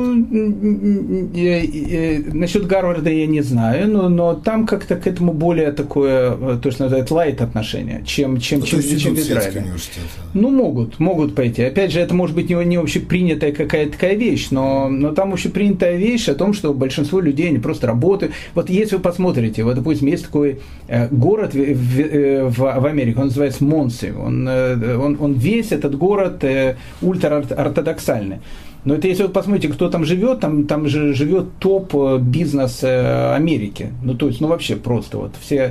университет? Насчет Гарварда я не знаю, но там как-то к этому более такое, то, что называют лайт отношения, чем в Израиле. Ну, могут пойти. Опять же, это может быть не общепринятая какая-то такая вещь, но там общепринятая вещь о том, что большинство людей, они просто работают. Вот если вы посмотрите, вот, допустим, есть такой город в Америке, он называется Монси, он весь этот город ультраортодоксальный. Но это если вы посмотрите, кто там живет, там же живет топ-бизнес Америки. Ну, то есть, вообще просто вот все.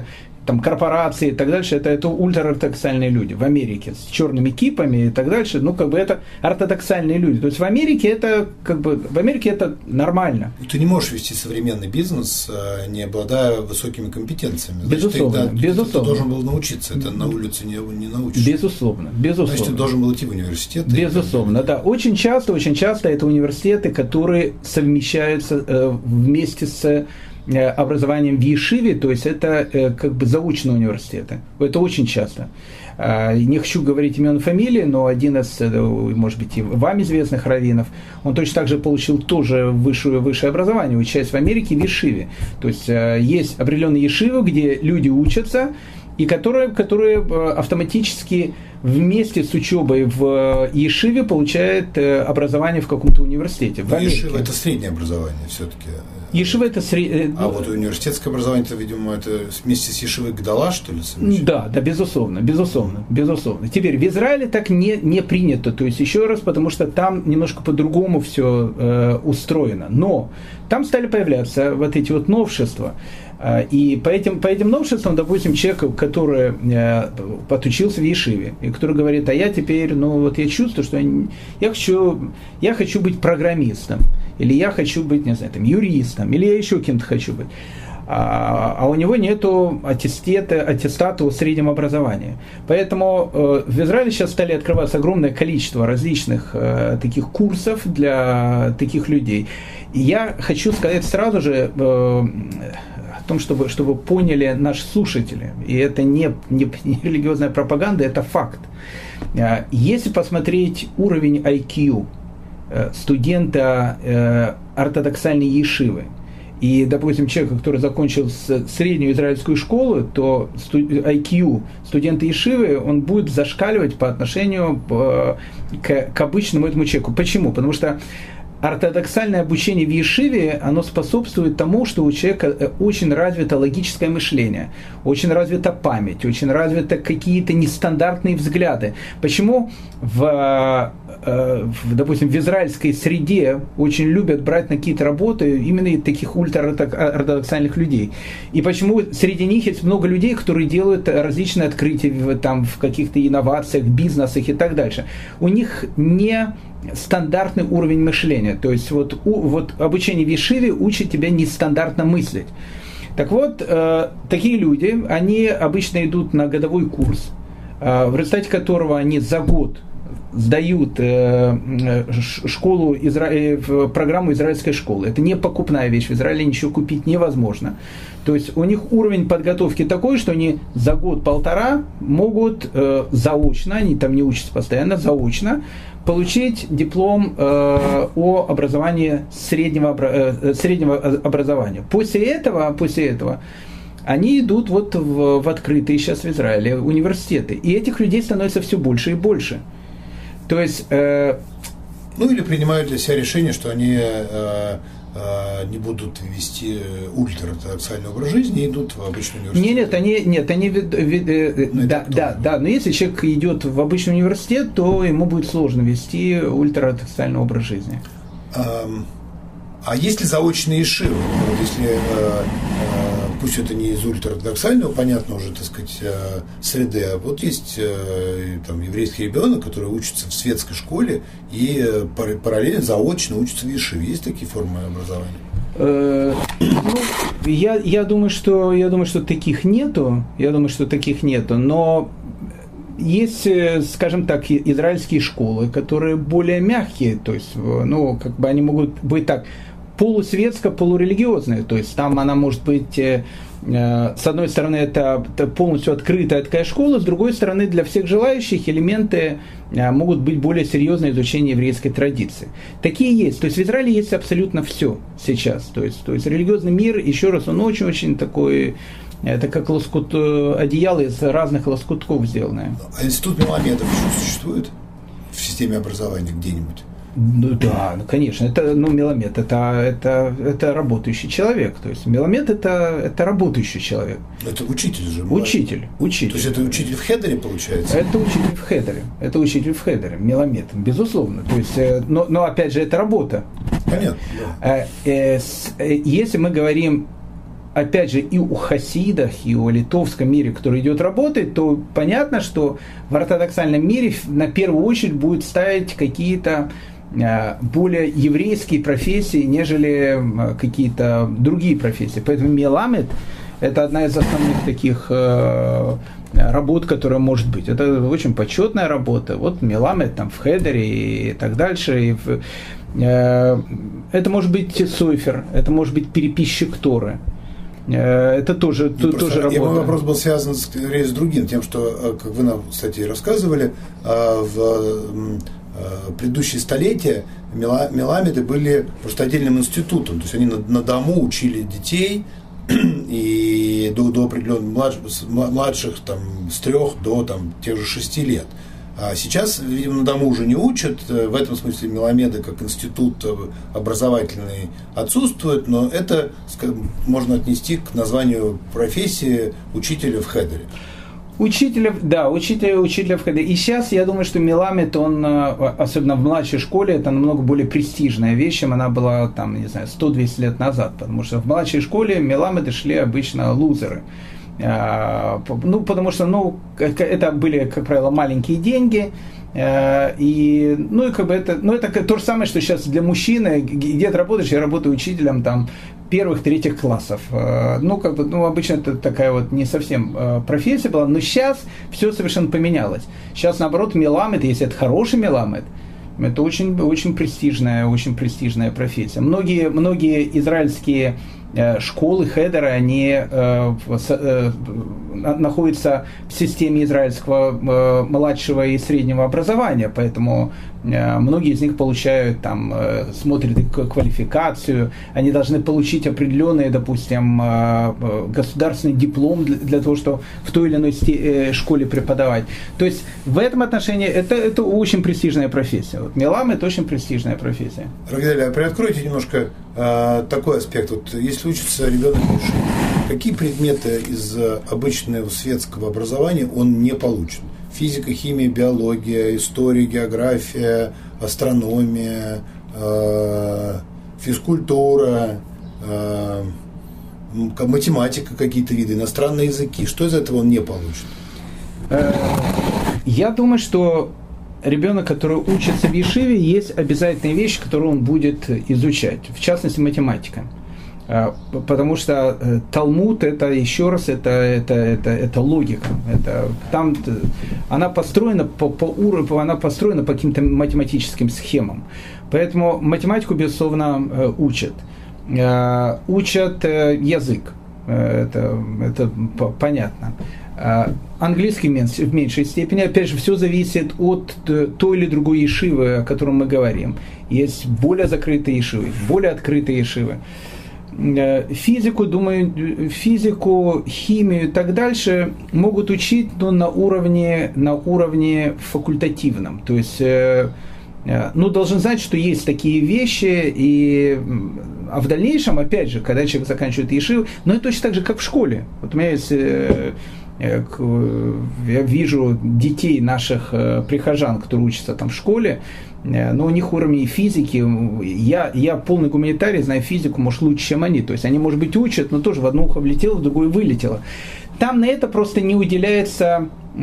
там корпорации и так дальше, это ультраортодоксальные люди в Америке с черными кипами и так дальше, это ортодоксальные люди. То есть в Америке это нормально. Ты не можешь вести современный бизнес, не обладая высокими компетенциями. Значит, безусловно. Ты должен был научиться, это на улице не научишься. Безусловно. Значит, ты должен был идти в университет. Безусловно, да. Очень часто это университеты, которые совмещаются вместе с образованием в Ешиве, то есть это заочные университеты. Это очень часто. Не хочу говорить имен и фамилии, но один из, может быть, и вам известных раввинов, он точно так же получил тоже высшее образование, учась в Америке в Ешиве. То есть есть определенные ешивы, где люди учатся, и которые автоматически вместе с учебой в Ешиве получают образование в каком-то университете. Ешива – это среднее образование все-таки. Ешива – это среднее. А вот университетское образование, это, видимо, это вместе с Ешивой Гдала, что ли? Да, безусловно. Теперь в Израиле так не принято, то есть еще раз, потому что там немножко по-другому все устроено. Но там стали появляться вот эти вот новшества. И по этим новшествам, допустим, человек, который отучился в Ешиве, и который говорит, а я теперь, я чувствую, что я хочу быть программистом, или я хочу быть, не знаю, юристом, или я еще кем-то хочу быть. А у него нету аттестата о среднем образовании. Поэтому в Израиле сейчас стали открываться огромное количество различных таких курсов для таких людей. И я хочу сказать сразу же о том, чтобы поняли наши слушатели, и это не религиозная пропаганда, это факт. Если посмотреть уровень IQ студента ортодоксальной ешивы, и, допустим, человека, который закончил среднюю израильскую школу, то IQ студента ешивы, он будет зашкаливать по отношению к обычному этому человеку. Почему? Потому что ортодоксальное обучение в ешиве, оно способствует тому, что у человека очень развито логическое мышление, очень развита память, очень развиты какие-то нестандартные взгляды. Почему допустим, в израильской среде очень любят брать на какие-то работы именно таких ультраортодоксальных людей? И почему среди них есть много людей, которые делают различные открытия в каких-то инновациях, бизнесах и так дальше? У них не стандартный уровень мышления. То есть вот обучение в ешиве учит тебя нестандартно мыслить. Так вот, такие люди, они обычно идут на годовой курс, в результате которого они за год сдают программу израильской школы. Это не покупная вещь, в Израиле ничего купить невозможно. То есть у них уровень подготовки такой, что они за год-полтора могут заочно, они там не учатся постоянно, заочно получить диплом о образовании среднего образования. После этого они идут в открытые сейчас в Израиле университеты. И этих людей становится все больше и больше. То есть... или принимают для себя решение, что они не будут вести ультраортодоксальный образ жизни и идут в обычный университет. Но если человек идет в обычный университет, то ему будет сложно вести ультраортодоксальный образ жизни. А есть ли заочные ешивы? Если, пусть это не из ультраортодоксального, понятно уже, так сказать, среды, а вот есть там еврейский ребенок, который учится в светской школе и параллельно заочно учится в ешиве. Есть такие формы образования? Я думаю, что таких нету. Но есть, скажем так, израильские школы, которые более мягкие, то есть, они могут быть так, полусветско, полурелигиозные, то есть там она может быть, с одной стороны, это полностью открытая такая школа, с другой стороны, для всех желающих элементы могут быть более серьезное изучение еврейской традиции. Такие есть, то есть в Израиле есть абсолютно все сейчас, то есть религиозный мир, еще раз, он очень-очень такой... Это как лоскут одеяла из разных лоскутков сделанное. А институт Меламедов еще существует в системе образования где-нибудь? Конечно. Меламед это работающий человек. То есть Меламед это работающий человек. Это учитель же. Учитель. То есть это учитель в хедере получается? Это учитель в хедере. Меламед, безусловно. То есть, но опять же, это работа. Понятно. Да. Если мы говорим опять же, и у хасидах, и у литовском мире, который идет работать, то понятно, что в ортодоксальном мире на первую очередь будет ставить какие-то более еврейские профессии, нежели какие-то другие профессии. Поэтому меламед – это одна из основных таких работ, которая может быть. Это очень почетная работа. Вот меламед там в хедере и так дальше. Это может быть сойфер, это может быть переписчик Торы. Это тоже работа. Мой вопрос был связан скорее с другим, тем, что, как вы нам, кстати, рассказывали, в предыдущие столетия меламеды были просто отдельным институтом, то есть они на дому учили детей и до определенных младших там, с 3 до там, тех же 6 лет. А сейчас, видимо, на дому уже не учат, в этом смысле меламеды как институт образовательный отсутствует, но это можно отнести к названию профессии учителя в хедере. Учителя в хедере. И сейчас я думаю, что меламед, он, особенно в младшей школе, это намного более престижная вещь, чем она была, там, не знаю, 100-200 лет назад, потому что в младшей школе меламеды шли обычно лузеры. Ну, потому что, это были, как правило, маленькие деньги, и как бы это то же самое, что сейчас для мужчины, где ты работаешь, я работаю учителем там 1-3 классов. Обычно это такая вот не совсем профессия была, но сейчас все совершенно поменялось. Сейчас, наоборот, меламед, если это хороший меламед, это очень, очень престижная профессия. Многие израильские школы хедера, они находятся в системе израильского младшего и среднего образования, поэтому многие из них получают, там, смотрят квалификацию, они должны получить определенный, допустим, государственный диплом для того, чтобы в той или иной школе преподавать. То есть в этом отношении это очень престижная профессия. Вот мелам – это очень престижная профессия. Рогдаля, приоткройте немножко такой аспект. Вот если учится ребенок в Ешиве, какие предметы из обычного светского образования он не получит? Физика, химия, биология, история, география, астрономия, физкультура, математика, какие-то виды, иностранные языки. Что из этого он не получит? Я думаю, что ребенок, который учится в Ешиве, есть обязательные вещи, которые он будет изучать, в частности, математика. Потому что Талмуд это еще раз это логика. Там она построена по уровню, она построена по каким-то математическим схемам. Поэтому математику, безусловно, учат. Учат язык. Это понятно. Английский в меньшей степени. Опять же, все зависит от той или другой ешивы, о котором мы говорим. Есть более закрытые ешивы, более открытые ешивы. Физику, химию и так дальше могут учить, но на уровне факультативном. То есть, должен знать, что есть такие вещи, а в дальнейшем, опять же, когда человек заканчивает ешиву, но это точно так же, как в школе. Вот у меня есть, я вижу детей наших прихожан, которые учатся там в школе, но у них уровень физики, я полный гуманитарий, знаю физику, может, лучше, чем они. То есть они, может быть, учат, но тоже в одно ухо влетело, в другое вылетело. Там на это просто не уделяется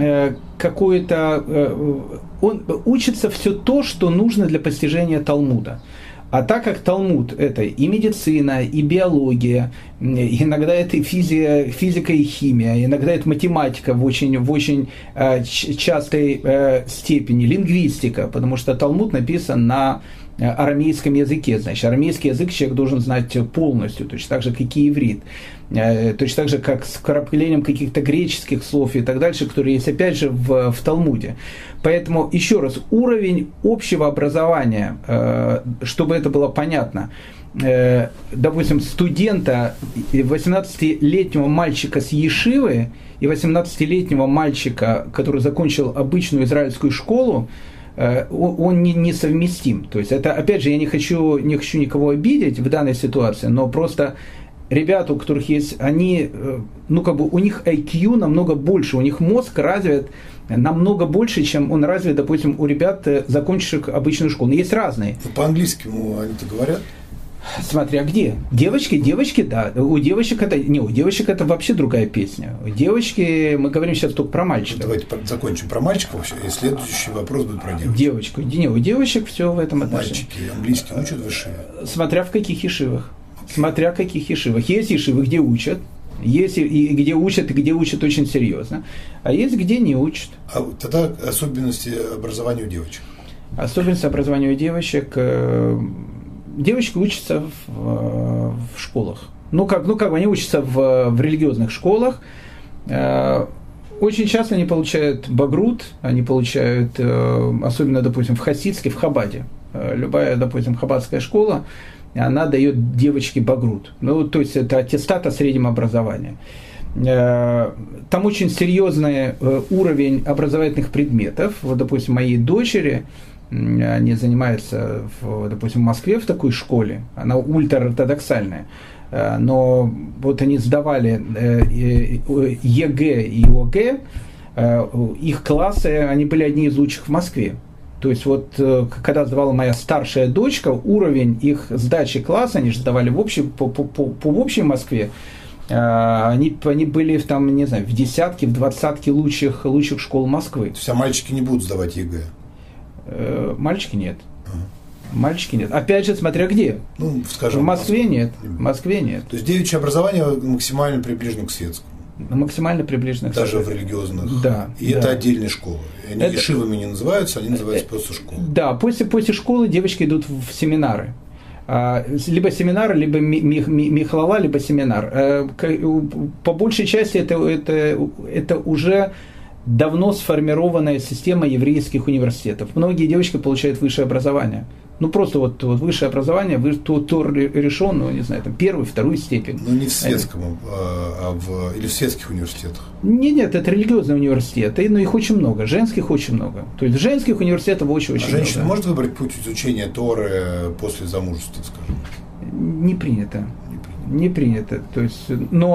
он учится все то, что нужно для постижения Талмуда. А так как Талмуд – это и медицина, и биология, иногда это и физика и химия, иногда это математика в очень частой степени, лингвистика, потому что Талмуд написан на арамейском языке. Значит, арамейский язык человек должен знать полностью, точно так же, как и иврит. Точно так же, как с вкраплением каких-то греческих слов и так дальше, которые есть, опять же, в Талмуде. Поэтому, еще раз, уровень общего образования, чтобы это было понятно, допустим, студента, 18-летнего мальчика с ешивы и 18-летнего мальчика, который закончил обычную израильскую школу, он несовместим. То есть это, опять же, я не хочу никого обидеть в данной ситуации, но просто ребята, у которых есть, они, у них IQ намного больше, у них мозг развит намного больше, чем он развит, допустим, у ребят, закончивших обычную школу. Но есть разные. По-английски они-то говорят? Смотря где. Девочки, да. У девочек это вообще другая песня. У девочки, мы говорим сейчас только про мальчиков. Давайте закончим про мальчиков, и следующий вопрос будет про девочек. Девочку. У девочек все в этом отношении. Мальчики английский учат в ешиве? Смотря в каких ешивах. Смотря в каких ешивах. Есть ешивы, где учат. Есть и где учат очень серьезно. А есть, где не учат. А тогда особенности образования у девочек? Особенности образования у девочек. Девочки учатся в школах. Ну как они учатся в религиозных школах. Очень часто они получают багрут, они получают, особенно, допустим, в хасидске, в Хабаде. Любая, допустим, хабадская школа, она дает девочке багрут. Ну, то есть это аттестат о среднем образовании. Там очень серьезный уровень образовательных предметов. Вот, допустим, моей дочери, они занимаются, допустим, в Москве в такой школе, она ультраортодоксальная, но вот они сдавали ЕГЭ и ОГЭ, их классы, они были одни из лучших в Москве. То есть вот когда сдавала моя старшая дочка, уровень их сдачи класса, они же сдавали по общей Москве, они были там, не знаю, в десятке, в двадцатке лучших школ Москвы. То есть, а мальчики не будут сдавать ЕГЭ? Мальчики нет. Мальчики нет. Опять же, смотря где. Ну, скажем, в Москве нет. В Москве нет. То есть девичье образование максимально приближено к светскому. Максимально приближено к светскому. Даже в религиозных. Да. И это отдельные школы. Они ешивами не называются, они называются просто школы. Да, после школы девочки идут в семинары. Либо семинар, либо михлала, либо семинар. По большей части это уже давно сформированная система еврейских университетов. Многие девочки получают высшее образование. Ну, просто вот высшее образование, то решен, ну, не знаю, там, первую, вторую степень. Ну, не в светском, или в светских университетах? Нет, это религиозные университеты, но их очень много, женских очень много. То есть женских университетов очень-очень много. Женщина может выбрать путь изучения Торы после замужества, скажем? Не принято. Не принято. То есть,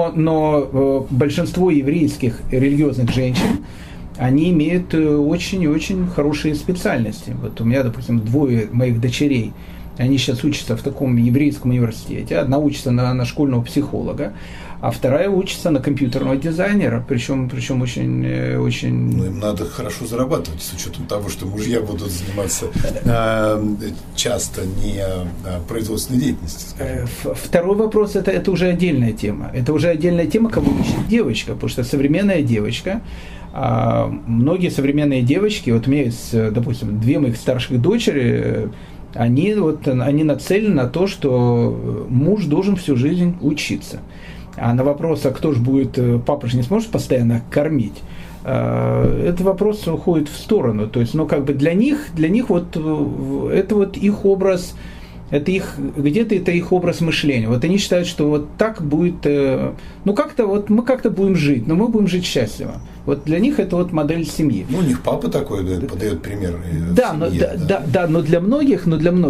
но большинство еврейских религиозных женщин, они имеют очень и очень хорошие специальности. Вот у меня, допустим, двое моих дочерей, они сейчас учатся в таком еврейском университете. Одна учится на школьного психолога, а вторая учится на компьютерного дизайнера, причем очень... Ну, им надо хорошо зарабатывать, с учетом того, что мужья будут заниматься часто не производственной деятельностью. Второй вопрос, это уже отдельная тема. Это уже отдельная тема, кого ищет девочка, потому что современная девочка, многие современные девочки, вот у меня есть, допустим, две моих старших дочери, они нацелены на то, что муж должен всю жизнь учиться. А на вопрос, а кто же будет, папа же не сможет постоянно кормить, этот вопрос уходит в сторону. То есть, для них вот это вот их образ, где-то это их образ мышления. Вот они считают, что вот так будет, мы как-то будем жить, но мы будем жить счастливо. Вот для них это вот модель семьи. Ну, у них папа такой подает пример. Да, но для многих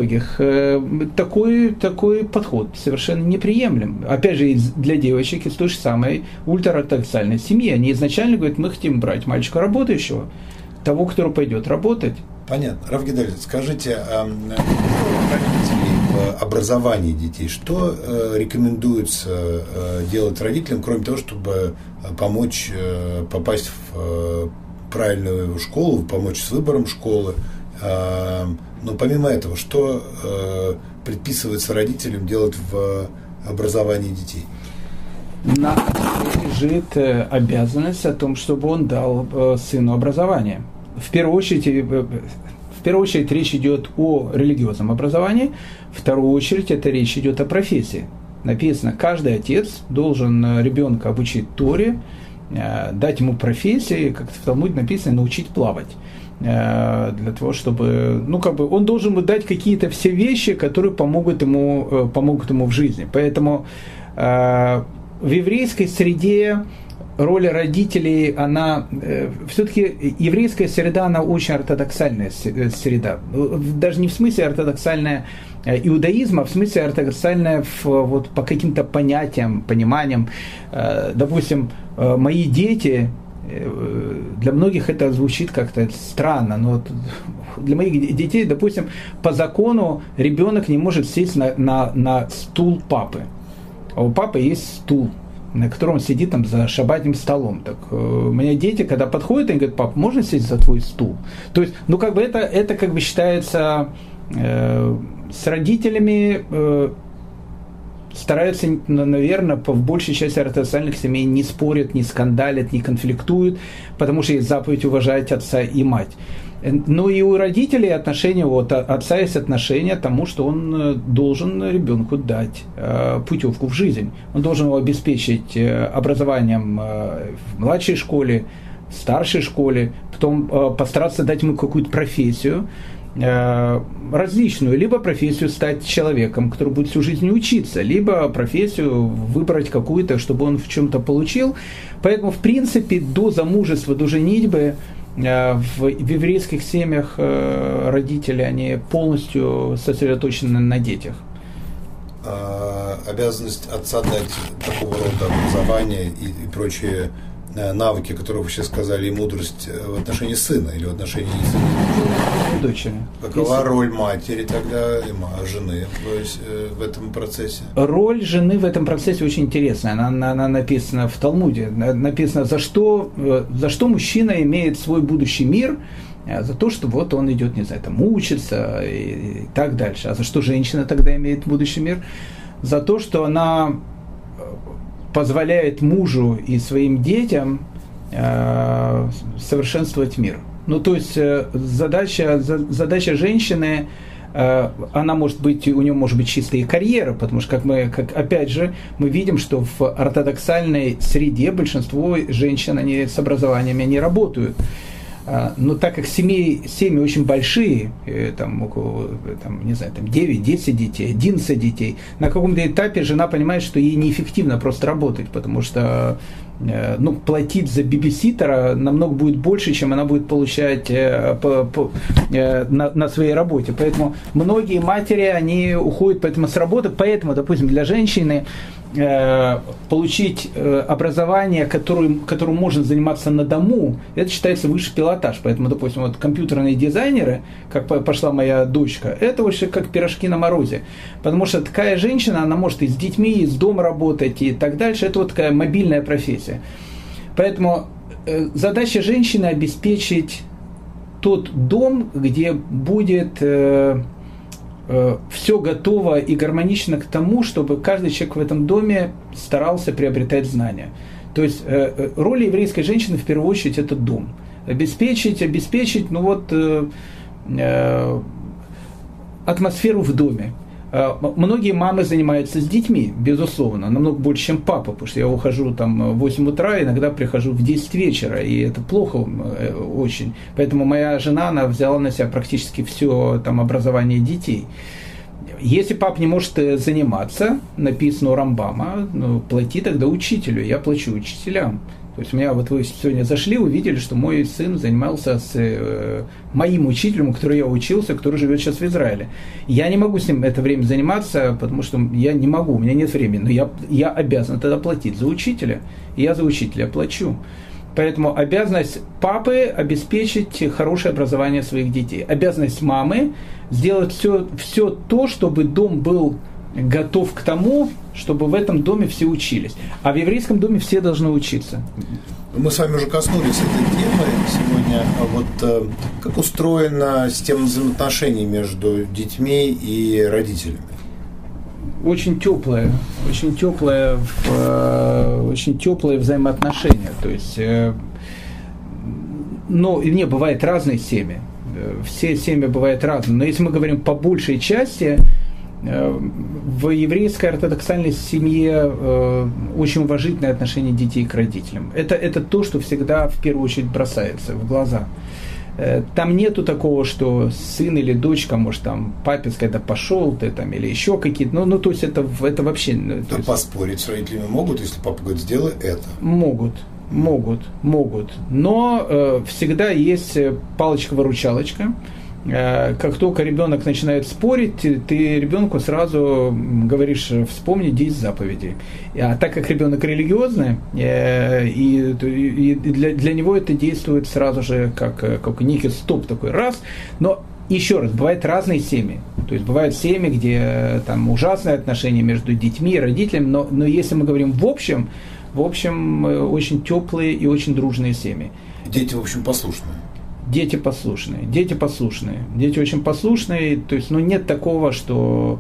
такой подход совершенно неприемлем. Опять же, для девочек из той же самой ультраортодоксальной семьи. Они изначально говорят, мы хотим брать мальчика работающего, того, который пойдет работать. Понятно. Рав Гидаль, скажите, родителей в образовании детей, что рекомендуется делать родителям, кроме того, чтобы помочь попасть в правильную школу, помочь с выбором школы? Но помимо этого, что предписывается родителям делать в образовании детей? На отце лежит обязанность о том, чтобы он дал сыну образование. В первую очередь речь идет о религиозном образовании, в вторую очередь это речь идет о профессии. Написано, каждый отец должен ребенка обучить Торе, дать ему профессии, как в Талмуде написано, научить плавать. Для того, чтобы, он должен дать какие-то все вещи, которые помогут ему в жизни. Поэтому в еврейской среде роль родителей, она все-таки еврейская среда, она очень ортодоксальная среда. Даже не в смысле ортодоксальная иудаизма, а в смысле ортодоксальная по каким-то понятиям, пониманиям. Допустим, мои дети, для многих это звучит как-то странно, но для моих детей, допустим, по закону ребенок не может сесть на стул папы. А у папы есть стул, на котором он сидит там за шабатным столом. Так у меня дети, когда подходят, они говорят: пап, можно сесть за твой стул? То есть, это как бы считается с родителями стараются, наверное, в большей части ортодоксальных семей не спорят, не скандалят, не конфликтуют, потому что есть заповедь уважать отца и мать. Но и у родителей отношения, отца есть отношение к тому, что он должен ребенку дать путевку в жизнь. Он должен его обеспечить образованием в младшей школе, в старшей школе, потом постараться дать ему какую-то профессию, различную, либо профессию стать человеком, который будет всю жизнь учиться, либо профессию выбрать какую-то, чтобы он в чем-то получил. Поэтому, в принципе, до замужества, до женитьбы в еврейских семьях родители, они полностью сосредоточены на детях. Обязанность отца дать такого рода образование и прочие навыки, которые вы сейчас сказали, и мудрость в отношении сына или в отношении дочери. Какова роль матери тогда и жены в этом процессе? Роль жены в этом процессе очень интересная. Она написана в Талмуде. Написано, за что мужчина имеет свой будущий мир, за то, что вот он идет, не знаю, там учится и так дальше. А за что женщина тогда имеет будущий мир? За то, что она позволяет мужу и своим детям совершенствовать мир. Ну, то есть задача женщины, она может быть, у нее может быть чистая карьера, потому что, опять же, мы видим, что в ортодоксальной среде большинство женщин, они с образованиями не работают. Но так как семьи очень большие, там около, не знаю, 9-10 детей, 11 детей, на каком-то этапе жена понимает, что ей неэффективно просто работать, потому что платить за бибиситера намного будет больше, чем она будет получать на своей работе. Поэтому многие матери, они уходят с работы, поэтому, допустим, для женщины получить образование, которым можно заниматься на дому, это считается высший пилотаж. Поэтому, допустим, компьютерные дизайнеры, как пошла моя дочка, это вообще как пирожки на морозе. Потому что такая женщина, она может и с детьми, и с дома работать, и так дальше. Это такая мобильная профессия. Поэтому задача женщины обеспечить тот дом, где будет все готово и гармонично к тому, чтобы каждый человек в этом доме старался приобретать знания. То есть роль еврейской женщины в первую очередь это дом. Обеспечить атмосферу в доме. Многие мамы занимаются с детьми, безусловно, намного больше, чем папа, потому что я ухожу в 8 утра, иногда прихожу в 10 вечера, и это плохо очень. Поэтому моя жена, она взяла на себя практически все образование детей. Если папа не может заниматься, написано у Рамбама, плати тогда учителю, я плачу учителям. То есть вы сегодня зашли, увидели, что мой сын занимался с моим учителем, который я учился, который живет сейчас в Израиле. Я не могу с ним это время заниматься, потому что я не могу, у меня нет времени. Но я обязан тогда платить за учителя, и я за учителя плачу. Поэтому обязанность папы обеспечить хорошее образование своих детей. Обязанность мамы сделать все то, чтобы дом был готов к тому, чтобы в этом доме все учились. А в еврейском доме все должны учиться. Мы с вами уже коснулись этой темы сегодня. Как устроена система взаимоотношений между детьми и родителями? Очень теплые взаимоотношения. То есть, бывают разные семьи. Все семьи бывают разные. Но если мы говорим по большей части, в еврейской ортодоксальной семье очень уважительное отношение детей к родителям. Это то, что всегда в первую очередь бросается в глаза. Там нету такого, что сын или дочка, может, папе сказать, да пошел ты или еще какие-то. То есть это вообще. Поспорить с родителями могут, если папа говорит, сделай это? Могут. Но всегда есть палочка-выручалочка. как только ребенок начинает спорить, ты ребенку сразу говоришь: вспомни 10 заповедей. А так как ребенок религиозный, и для него это действует сразу же как некий стоп такой раз. Но еще раз, бывают разные семьи. То есть бывают семьи, где там ужасные отношения между детьми и родителями, но если мы говорим в общем, очень теплые и очень дружные семьи. Дети, в общем, послушные. Дети очень послушные, то есть, нет такого, что,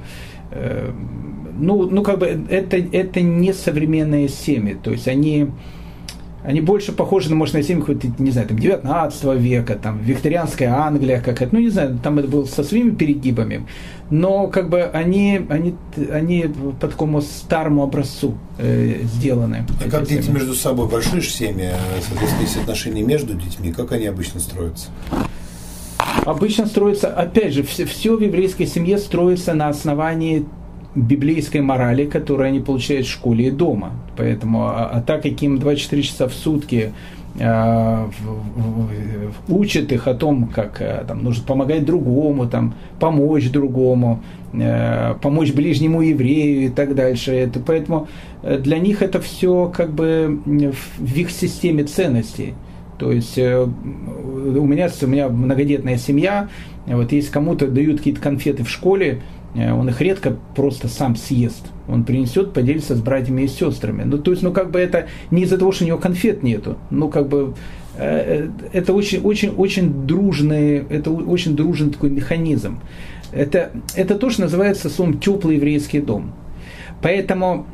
это не современные семьи, то есть они больше похожи, может, на семьи, не знаю, 19 века, викторианская Англия, какая-то, не знаю, там это было со своими перегибами, но они по такому старому образцу сделаны. А как дети между собой? Большие же семьи, соответственно, есть отношения между детьми, как они обычно строятся? Обычно строится, опять же, все в еврейской семье строится на основании библейской морали, которую они получают в школе и дома. Поэтому, так как им 24 часа в сутки учат их о том, как нужно помогать другому, помочь другому, помочь ближнему еврею и так дальше. Поэтому для них это все в их системе ценностей. То есть у меня многодетная семья, если кому-то дают какие-то конфеты в школе, он их редко просто сам съест. Он принесет, поделится с братьями и сестрами. Это не из-за того, что у него конфет нету. Это очень дружный такой механизм. Это то, что называется словом теплый еврейский дом. Поэтому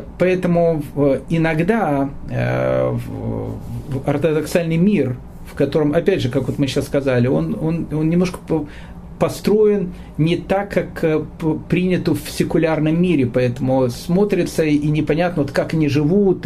иногда ортодоксальный мир, в котором, опять же, как мы сейчас сказали, он немножко построен не так, как принято в секулярном мире, поэтому смотрится и непонятно, как они живут,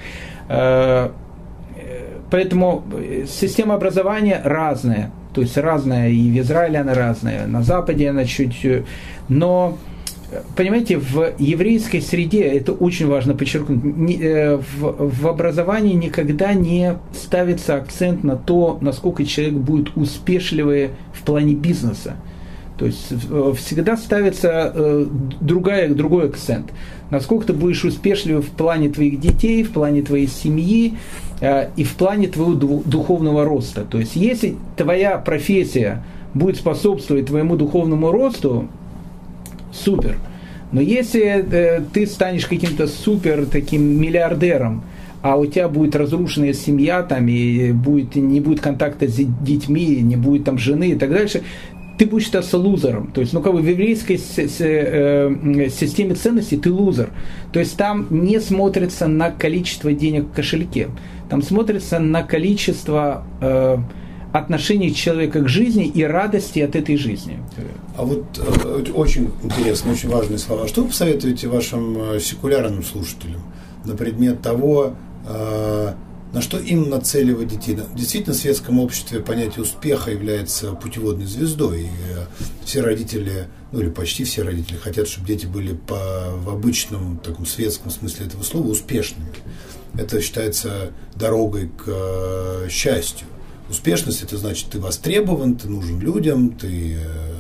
поэтому система образования разная, то есть разная, и в Израиле она разная, на Западе она чуть, но понимаете, в еврейской среде, это очень важно подчеркнуть, в образовании никогда не ставится акцент на то, насколько человек будет успешливый в плане бизнеса. То есть всегда ставится другой акцент. Насколько ты будешь успешлив в плане твоих детей, в плане твоей семьи и в плане твоего духовного роста. То есть если твоя профессия будет способствовать твоему духовному росту, супер. Но если ты станешь каким-то супер таким миллиардером, а у тебя будет разрушенная семья, и не будет контакта с детьми, не будет жены и так дальше, ты будешь считаться лузером. То есть, в еврейской системе ценностей ты лузер. То есть там не смотрится на количество денег в кошельке, там смотрится на количество отношений человека к жизни и радости от этой жизни. А очень интересно, очень важные слова. Что вы посоветуете вашим секулярным слушателям на предмет того, на что им нацеливать детей? Действительно, в светском обществе понятие успеха является путеводной звездой. И все родители, или почти все родители, хотят, чтобы дети были в обычном, таком светском смысле этого слова успешными. Это считается дорогой к счастью. Успешность – это значит, ты востребован, ты нужен людям, ты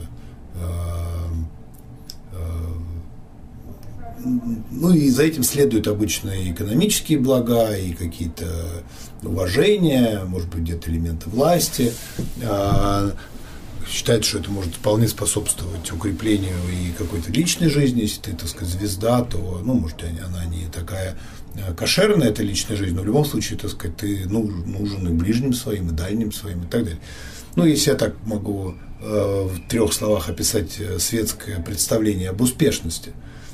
и за этим следуют обычно и экономические блага, и какие-то уважения, может быть, где-то элементы власти. Считается, что это может вполне способствовать укреплению и какой-то личной жизни. Если ты, так сказать, звезда, то, может, она не такая кошерная, эта личная жизнь, но в любом случае, так сказать, ты нужен и ближним своим, и дальним своим, и так далее. Если я так могу в 3 словах описать светское представление об успешности.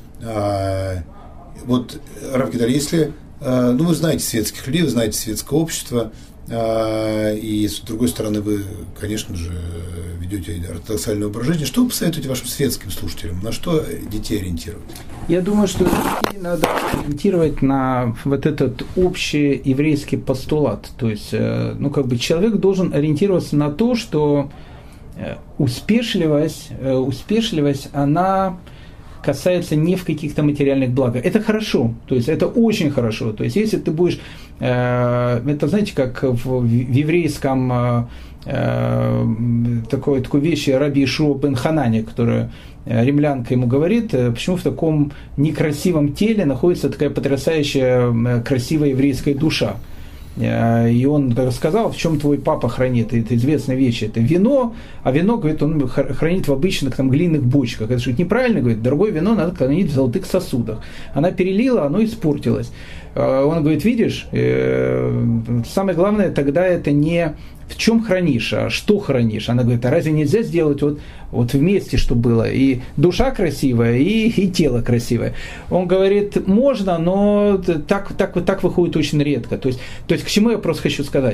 Рав Гидаль, если вы знаете светских людей, вы знаете светское общество, и с другой стороны вы, конечно же, ведете ортодоксальный образ жизни, что вы посоветуете вашим светским слушателям, на что детей ориентировать? Я думаю, что детей надо ориентировать на этот общий еврейский постулат. То есть, человек должен ориентироваться на то, что успешливость, она касается не в каких-то материальных благах. Это хорошо, то есть это очень хорошо. То есть если ты будешь, это знаете, как в еврейском такой вещи раби Ишуа бен Ханане, которая римлянка ему говорит, почему в таком некрасивом теле находится такая потрясающая красивая еврейская душа. И он сказал, в чем твой папа хранит, это известная вещь, это вино, а вино, говорит, он хранит в обычных там глиняных бочках. Это же неправильно, говорит, дорогое вино надо хранить в золотых сосудах. Она перелила, оно испортилось. Он говорит, видишь, самое главное тогда это не в чем хранишь, а что хранишь. Она говорит, а разве нельзя сделать вот вместе, что было, и душа красивая, и тело красивое? Он говорит, можно, но так выходит очень редко. То есть к чему я просто хочу сказать?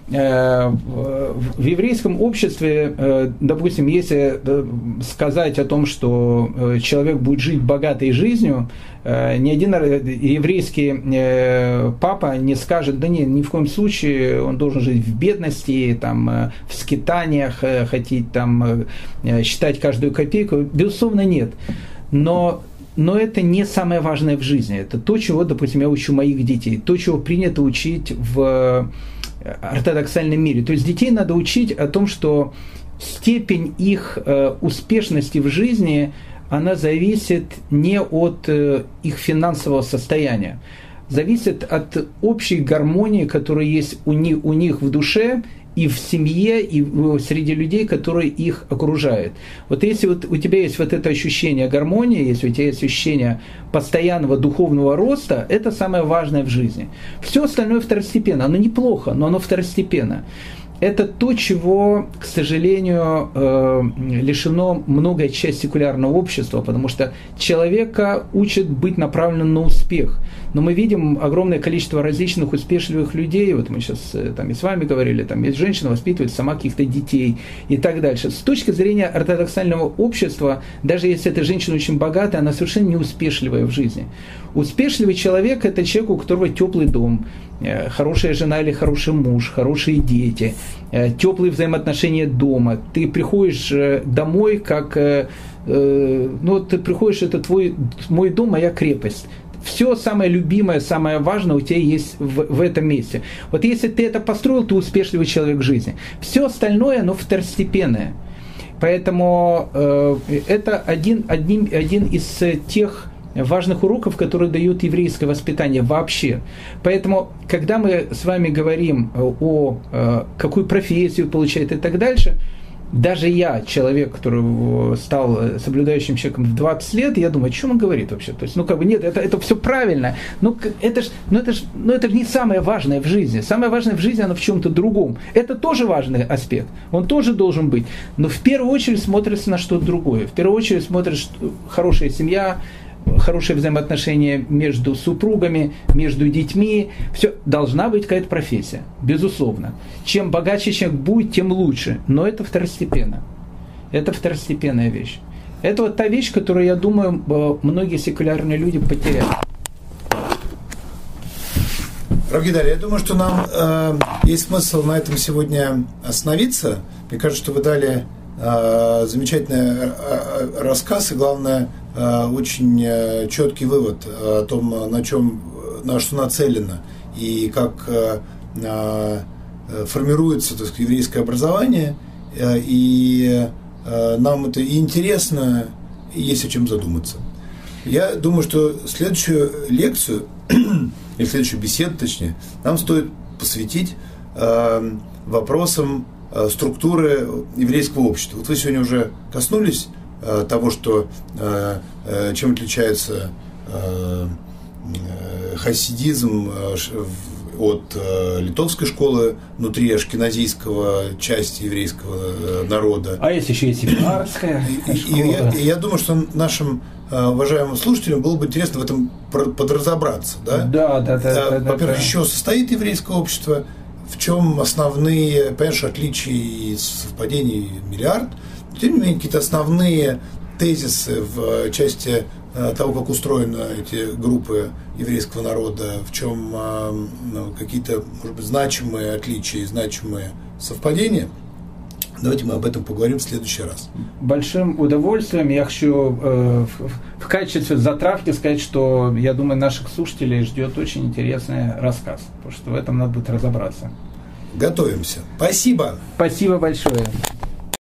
В еврейском обществе, допустим, если сказать о том, что человек будет жить богатой жизнью, ни один еврейский папа не скажет, да нет, ни в коем случае он должен жить в бедности, там, в скитаниях, хотеть там, считать каждую копейку. Безусловно, нет. Но это не самое важное в жизни. Это то, чего, допустим, я учу моих детей, то, чего принято учить в ортодоксальном мире. То есть детей надо учить о том, что степень их успешности в жизни, она зависит не от их финансового состояния, зависит от общей гармонии, которая есть у них в душе, и в семье, и среди людей, которые их окружают. Вот если вот у тебя есть вот это ощущение гармонии, если у тебя есть ощущение постоянного духовного роста, это самое важное в жизни. Все остальное второстепенно. Оно неплохо, но оно второстепенно. Это то, чего, к сожалению, лишено многое часть секулярного общества, потому что человека учат быть направленным на успех. Но мы видим огромное количество различных успешных людей, вот мы сейчас там и с вами говорили, там есть женщина, воспитывает сама каких-то детей и так дальше. С точки зрения ортодоксального общества, даже если эта женщина очень богатая, она совершенно не успешливая в жизни. Успешливый человек – это человек, у которого теплый дом, хорошая жена или хороший муж, хорошие дети, теплые взаимоотношения дома. Ты приходишь домой, как, ты приходишь, это мой дом, моя крепость. Все самое любимое, самое важное у тебя есть в этом месте. Вот если ты это построил, ты успешливый человек в жизни. Все остальное, оно второстепенное. Поэтому это один из тех важных уроков, которые дают еврейское воспитание вообще. Поэтому, когда мы с вами говорим о какую профессию получает и так дальше, даже я, человек, который стал соблюдающим человеком в 20 лет, я думаю, о чем он говорит вообще? То есть, нет, это все правильно. Это же не самое важное в жизни. Самое важное в жизни, оно в чем-то другом. Это тоже важный аспект. Он тоже должен быть. Но в первую очередь смотрится на что-то другое. В первую очередь смотришь хорошая семья, хорошие взаимоотношения между супругами, между детьми. Все, должна быть какая-то профессия, безусловно. Чем богаче человек будет, тем лучше. Но это второстепенно. Это второстепенная вещь. Это вот та вещь, которую, я думаю, многие секулярные люди потеряли. Равгидарий, я думаю, что нам есть смысл на этом сегодня остановиться. Мне кажется, что вы дали замечательный рассказ и, главное, очень четкий вывод о том, на что нацелено и как формируется, так сказать, еврейское образование, и нам это и интересно, и есть о чем задуматься. Я думаю, что следующую лекцию, или следующую беседу, точнее, нам стоит посвятить вопросам структуры еврейского общества. Вот вы сегодня уже коснулись того, что чем отличается хасидизм от литовской школы внутри ашкеназийского части еврейского народа. А есть еще и семинарская школа. И я думаю, что нашим уважаемым слушателям было бы интересно в этом подразобраться. Да? Во-первых, из чего состоит еврейское общество, в чем основные, понимаешь, отличия и совпадений миллиард, тем не менее, какие-то основные тезисы в части того, как устроены эти группы еврейского народа, в чем какие-то, может быть, значимые отличия и значимые совпадения. Давайте мы об этом поговорим в следующий раз. Большим удовольствием. Я хочу в качестве затравки сказать, что, я думаю, наших слушателей ждет очень интересный рассказ, потому что в этом надо будет разобраться. Готовимся. Спасибо. Спасибо большое.